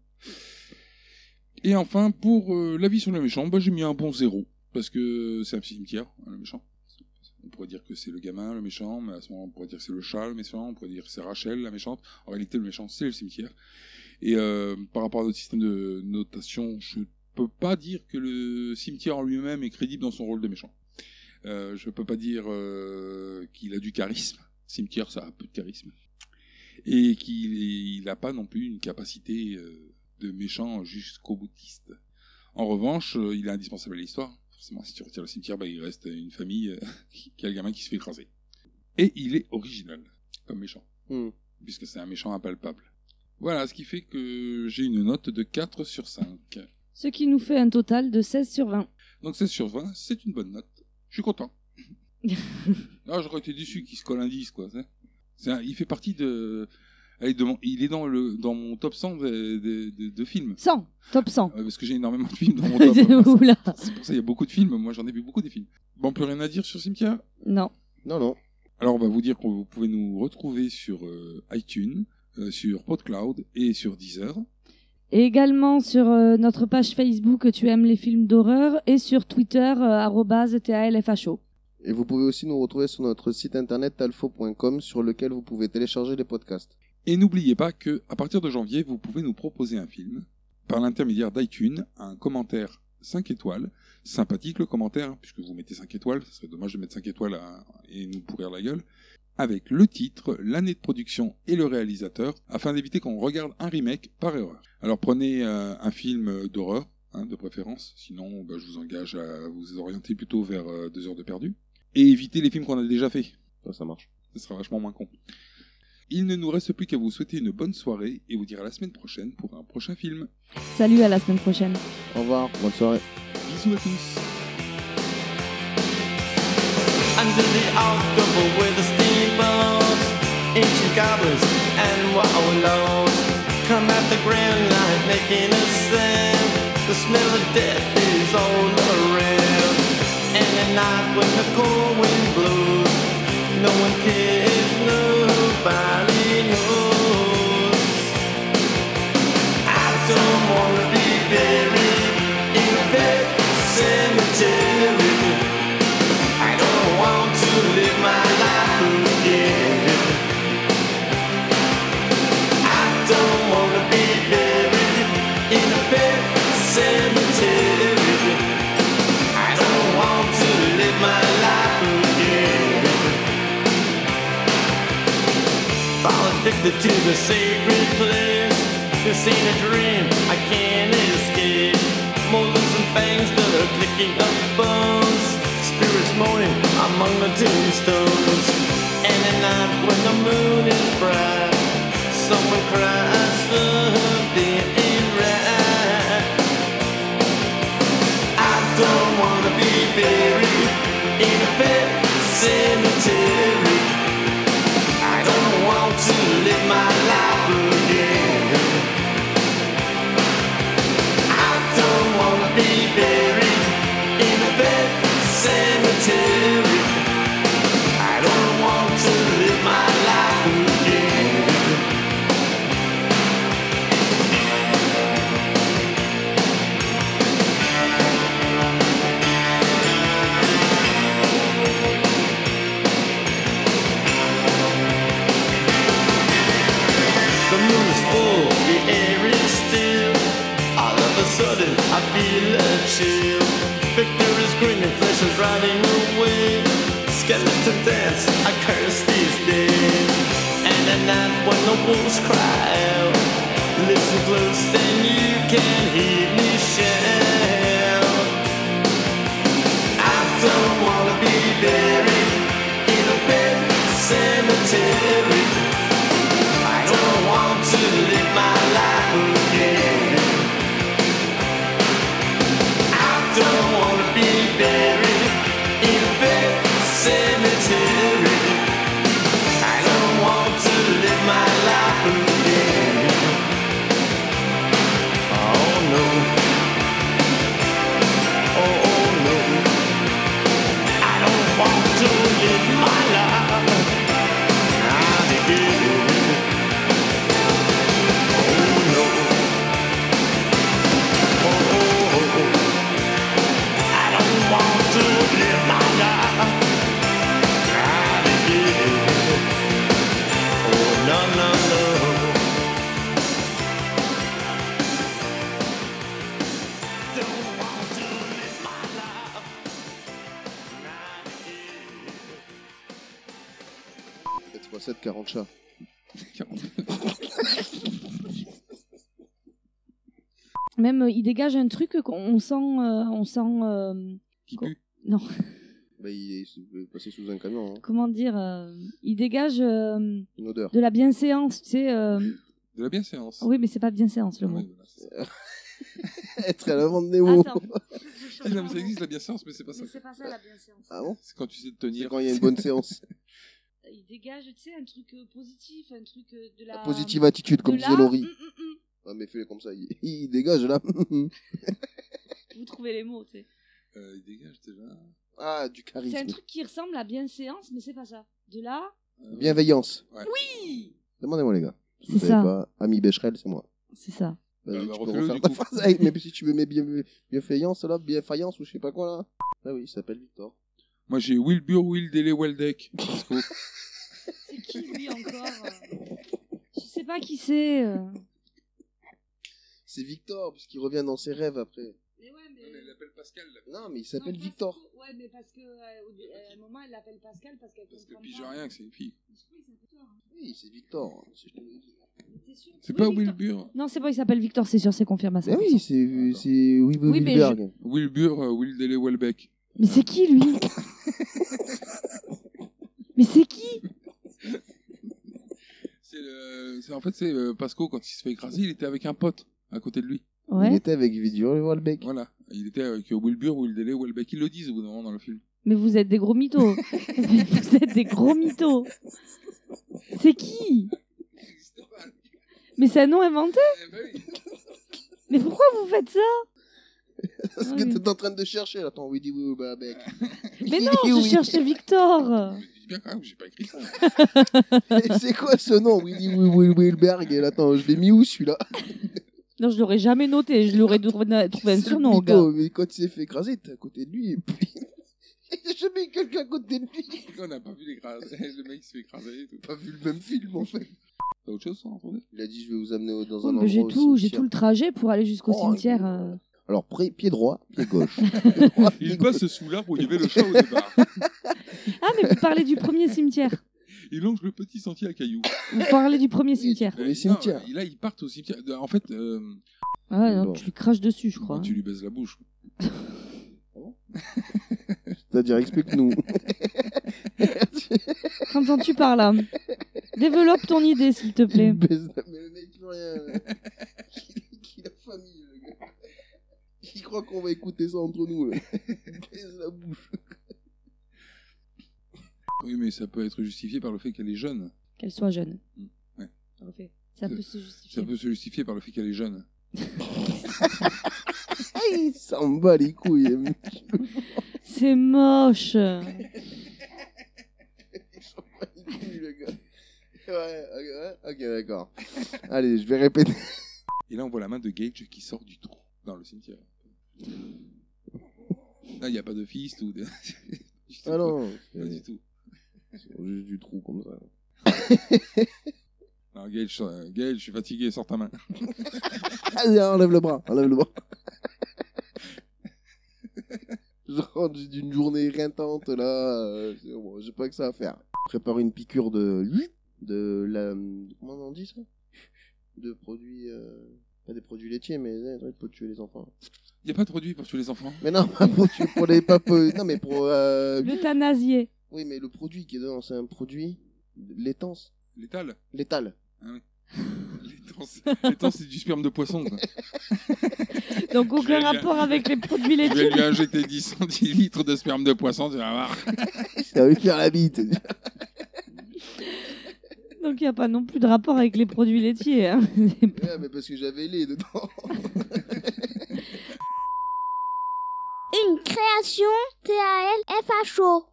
Et enfin, pour euh, l'avis sur le méchant, bah, j'ai mis un bon zéro. Parce que c'est un cimetière, hein, le méchant. On pourrait dire que c'est le gamin, le méchant, mais à ce moment on pourrait dire que c'est le chat, le méchant, on pourrait dire que c'est Rachel, la méchante. En réalité, le méchant, c'est le cimetière. Et euh, par rapport à notre système de notation, je peux pas dire que le cimetière en lui-même est crédible dans son rôle de méchant. Euh, je peux pas dire euh, qu'il a du charisme. Cimetière, ça a peu de charisme. Et qu'il n'a pas non plus une capacité euh, de méchant jusqu'au boutiste. En revanche, euh, il est indispensable à l'histoire. Forcément, si tu retires le cimetière, bah, il reste une famille euh, qui a le gamin qui se fait écraser. Et il est original, comme méchant. Mm. Puisque c'est un méchant impalpable. Voilà, ce qui fait que j'ai une note de quatre sur cinq. Ce qui nous fait un total de seize sur vingt. Donc seize sur vingt, c'est une bonne note. Je suis content. Ah, j'aurais été déçu qu'il se colle un dix, quoi. C'est, c'est un- il fait partie de... Allez, de mon- il est dans, le, dans mon top cent de, de, de, de films. cent, top cent. Ouais, parce que j'ai énormément de films dans mon top. Oula. C'est pour ça qu'il y a beaucoup de films. Moi, j'en ai vu beaucoup des films. Bon, plus rien à dire sur Cimetière ? Non. Non, non. Alors, on va vous dire que vous pouvez nous retrouver sur euh, iTunes, euh, sur PodCloud et sur Deezer. Et également sur euh, notre page Facebook Tu aimes les films d'horreur et sur Twitter euh, arobase T A L F H O. Et vous pouvez aussi nous retrouver sur notre site internet talfo point com sur lequel vous pouvez télécharger les podcasts. Et n'oubliez pas que à partir de janvier, vous pouvez nous proposer un film par l'intermédiaire d'iTunes, un commentaire cinq étoiles, sympathique le commentaire, hein, puisque vous mettez cinq étoiles, ce serait dommage de mettre cinq étoiles à- et nous pourrir la gueule, avec le titre, l'année de production et le réalisateur, afin d'éviter qu'on regarde un remake par erreur. Alors prenez euh, un film d'horreur, hein, de préférence, sinon bah, je vous engage à vous orienter plutôt vers euh, deux heures de perdu, et évitez les films qu'on a déjà fait. Ça, ça marche. Ce sera vachement moins con. Il ne nous reste plus qu'à vous souhaiter une bonne soirée et vous dire à la semaine prochaine pour un prochain film. Salut, à la semaine prochaine. Au revoir, bonne soirée. Bisous à tous. Under the October with the steamboats, ancient goblins and wallows come at the grand line making a sound. The smell of death is all around. And at night when the cold wind blows, no one cares, nobody knows. I don't wanna be buried in a pet cemetery. I don't want to live my life again. I don't wanna be buried in a pet cemetery. I don't want to live my life again. Fall addicted to the sacred place. This ain't a dream, I can't escape. Molars and fangs that are clicking up bones. Spirits moaning among the tombstones. And at night when the moon is bright, someone cries something ain't right. I don't wanna be buried in a pet cemetery. I don't want to live my life again. I don't wanna be buried in a pet cemetery. I don't want to live my life again. The moon is full, the air is still. All of a sudden, I feel a chill. Victor is Screaming flesh is running away. Skeleton dance, I curse these days. And at night when the wolves cry out, listen close and you can hear me shout. I don't wanna be buried in a pet cemetery. I don't want to live my life again. I don't wanna be buried in a pet cemetery. I don't want to live my life again. Oh no. Oh, oh no. I don't want to live my life again. Oh no. Oh, oh, oh. I don't want to live my life again. Oh no, no, no. Don't want to live my life again. sept fois sept, quarante chats. Même, euh, il dégage un truc qu'on sent... euh, on sent... euh, Qui qu'on- pue. Non. Bah, il est il est passé sous un camion. Hein. Comment dire euh, Il dégage euh, Une odeur. de la bienséance, tu sais. euh, De la bienséance. Oui, mais c'est pas bienséance le mot. Ouais, voilà, c'est ça. Être à l'avant de Nemo. Attends. Si, non, mais ça existe la bienséance, mais c'est pas ça. Mais c'est pas ça la bienséance. Ah bon? C'est quand tu sais te C'est tenir. quand il y a une bonne séance. Il dégage, tu sais, un truc euh, positif, un truc euh, de la... La positive attitude, comme de disait là, Laurie. hum, hum, hum. Ah, mais fais-le comme ça. Il, il dégage là. Vous trouvez les mots, tu sais. Euh, il dégage déjà. Ah, du C'est charisme. un truc qui ressemble à bienséance, mais c'est pas ça. De là... Euh, Bienveillance. Ouais. Oui. Demandez-moi, les gars. C'est Vous savez ça. Pas. Ami Becherel, c'est moi. C'est ça. Vas-y, Bah, tu bah, peux refais-le, refaire du ta coup. phrase. Hey, mais si tu veux mes bien, bienfaillance, là, bienfaillance ou je sais pas quoi, là. Ah oui, il s'appelle Victor. Moi j'ai Wilbur Wildele Welbeck. Pasco. C'est qui lui encore Je sais pas qui c'est. euh. C'est Victor, puisqu'il revient dans ses rêves après. Mais ouais, mais... Il l'appelle Pascal. Là. Non, mais il s'appelle Non, Victor. parce que- Ouais, mais parce que euh, au dé- à un moment, elle l'appelle Pascal parce qu'elle Parce que comprend pige pas. rien que c'est une fille. Mais je crois qu'il s'appelle Victor, hein. Oui, c'est Victor. Si je te l'ai dit. Mais t'es sûr C'est Oui, pas Victor. Wilbur. Non, c'est pas, il s'appelle Victor, c'est sûr, c'est confirmé à ça. Ah oui, c'est c'est oui, Oui, mais Wilberg. Wilbur euh, Wildele Welbeck. Mais c'est qui lui Mais c'est qui C'est le... c'est- en fait c'est euh, Pasco quand il se fait écraser, il était avec un pote à côté de lui. Il Ouais. était avec Vidure et Walbeck. Voilà, il était avec euh, Wilbur Wildele Welbeck. Ils le disent au bout d'un moment dans le film. Mais vous êtes des gros mythos. Vous êtes des gros mythos. C'est qui Mais c'est un nom inventé Eh ben oui. Mais pourquoi vous faites ça Parce Ah que oui. t'es en train de chercher. là. Attends, oui, dis oui, Walbeck. Mais non, je cherchais Victor. Je dis bien quand même, j'ai pas écrit ça. Et c'est quoi ce nom Willy Will- Will- Wilberg. Et là, attends, je l'ai mis où celui-là? Non, je l'aurais jamais noté. Je l'aurais trouvé trouvé un C'est le surnom, au gars. mytho, mais quand il s'est fait écraser, t'es à côté de lui et puis. Il n'y a jamais eu quelqu'un à côté de lui. On n'a pas vu l'écraser. Le mec se fait écraser et tout. Pas vu le même film en fait. T'as autre chose, ça, entendez? Il a dit je vais vous amener au- dans Oui, un mais endroit j'ai au tout, j'ai cimetière. tout le trajet pour aller jusqu'au Oh, cimetière. euh. Alors pré- pied droit, pied gauche. Pied droit, pied Il gauche. passe sous l'arbre où il y avait le chat au départ. Ah, mais vous parlez du premier cimetière. Il longe le petit sentier à cailloux. Vous parlez du premier cimetière. Les Euh, cimetières. non, là, ils partent au cimetière. En fait, euh, Ah ouais, non, Bon. tu lui craches dessus, je crois. tu lui baises la bouche. C'est-à-dire, explique-nous. Qu'entends-tu par là Développe ton idée, s'il te plaît. Il baise la- Mais le mec, il veut rien. Il a famille, le gars. Il croit qu'on va écouter ça entre nous. Là. Il baise la bouche. Oui, mais ça peut être justifié par le fait qu'elle est jeune. Qu'elle soit jeune. Mm, ouais. En fait, ça peut se Ça justifier. peut se justifier par le fait qu'elle est jeune. Ah, il s'en bat les couilles. C'est moche. Il s'en bat les couilles, le gars. Ouais, ok, ouais, ok, d'accord. Allez, je vais répéter. Et là, on voit la main de Gage qui sort du trou dans le cimetière. Là, il n'y a pas de fist ou de... Ah non, pas du tout. c'est juste du trou comme ça. Non, Gage, euh, Gage, je suis fatigué, sors ta main. Allez, enlève le bras, enlève le bras. je rentre d'une journée éreintante là, euh, c'est bon, j'ai pas que ça à faire. Prépare une piqûre de de la comment on dit ça, de produits euh, pas des produits laitiers mais des trucs pour tuer les enfants. Il y a pas de produit pour tuer les enfants. Mais non, pas pour tuer pour les pas pour- non mais pour euh... L'euthanasier. Oui, mais le produit qui est dedans, c'est un produit l'étance. Létal. Létal. Ah oui. L'étance, l'étance, c'est du sperme de poisson. Quoi. Donc Je vais aucun lui- rapport avec les produits Je vais laitiers. lui injecter dix centilitres de sperme de poisson, tu vas voir. Ça va lui faire la bite. Donc il n'y a pas non plus de rapport avec les produits laitiers. Hein. Ouais, mais parce que j'avais lait dedans. Une création T A L F H O.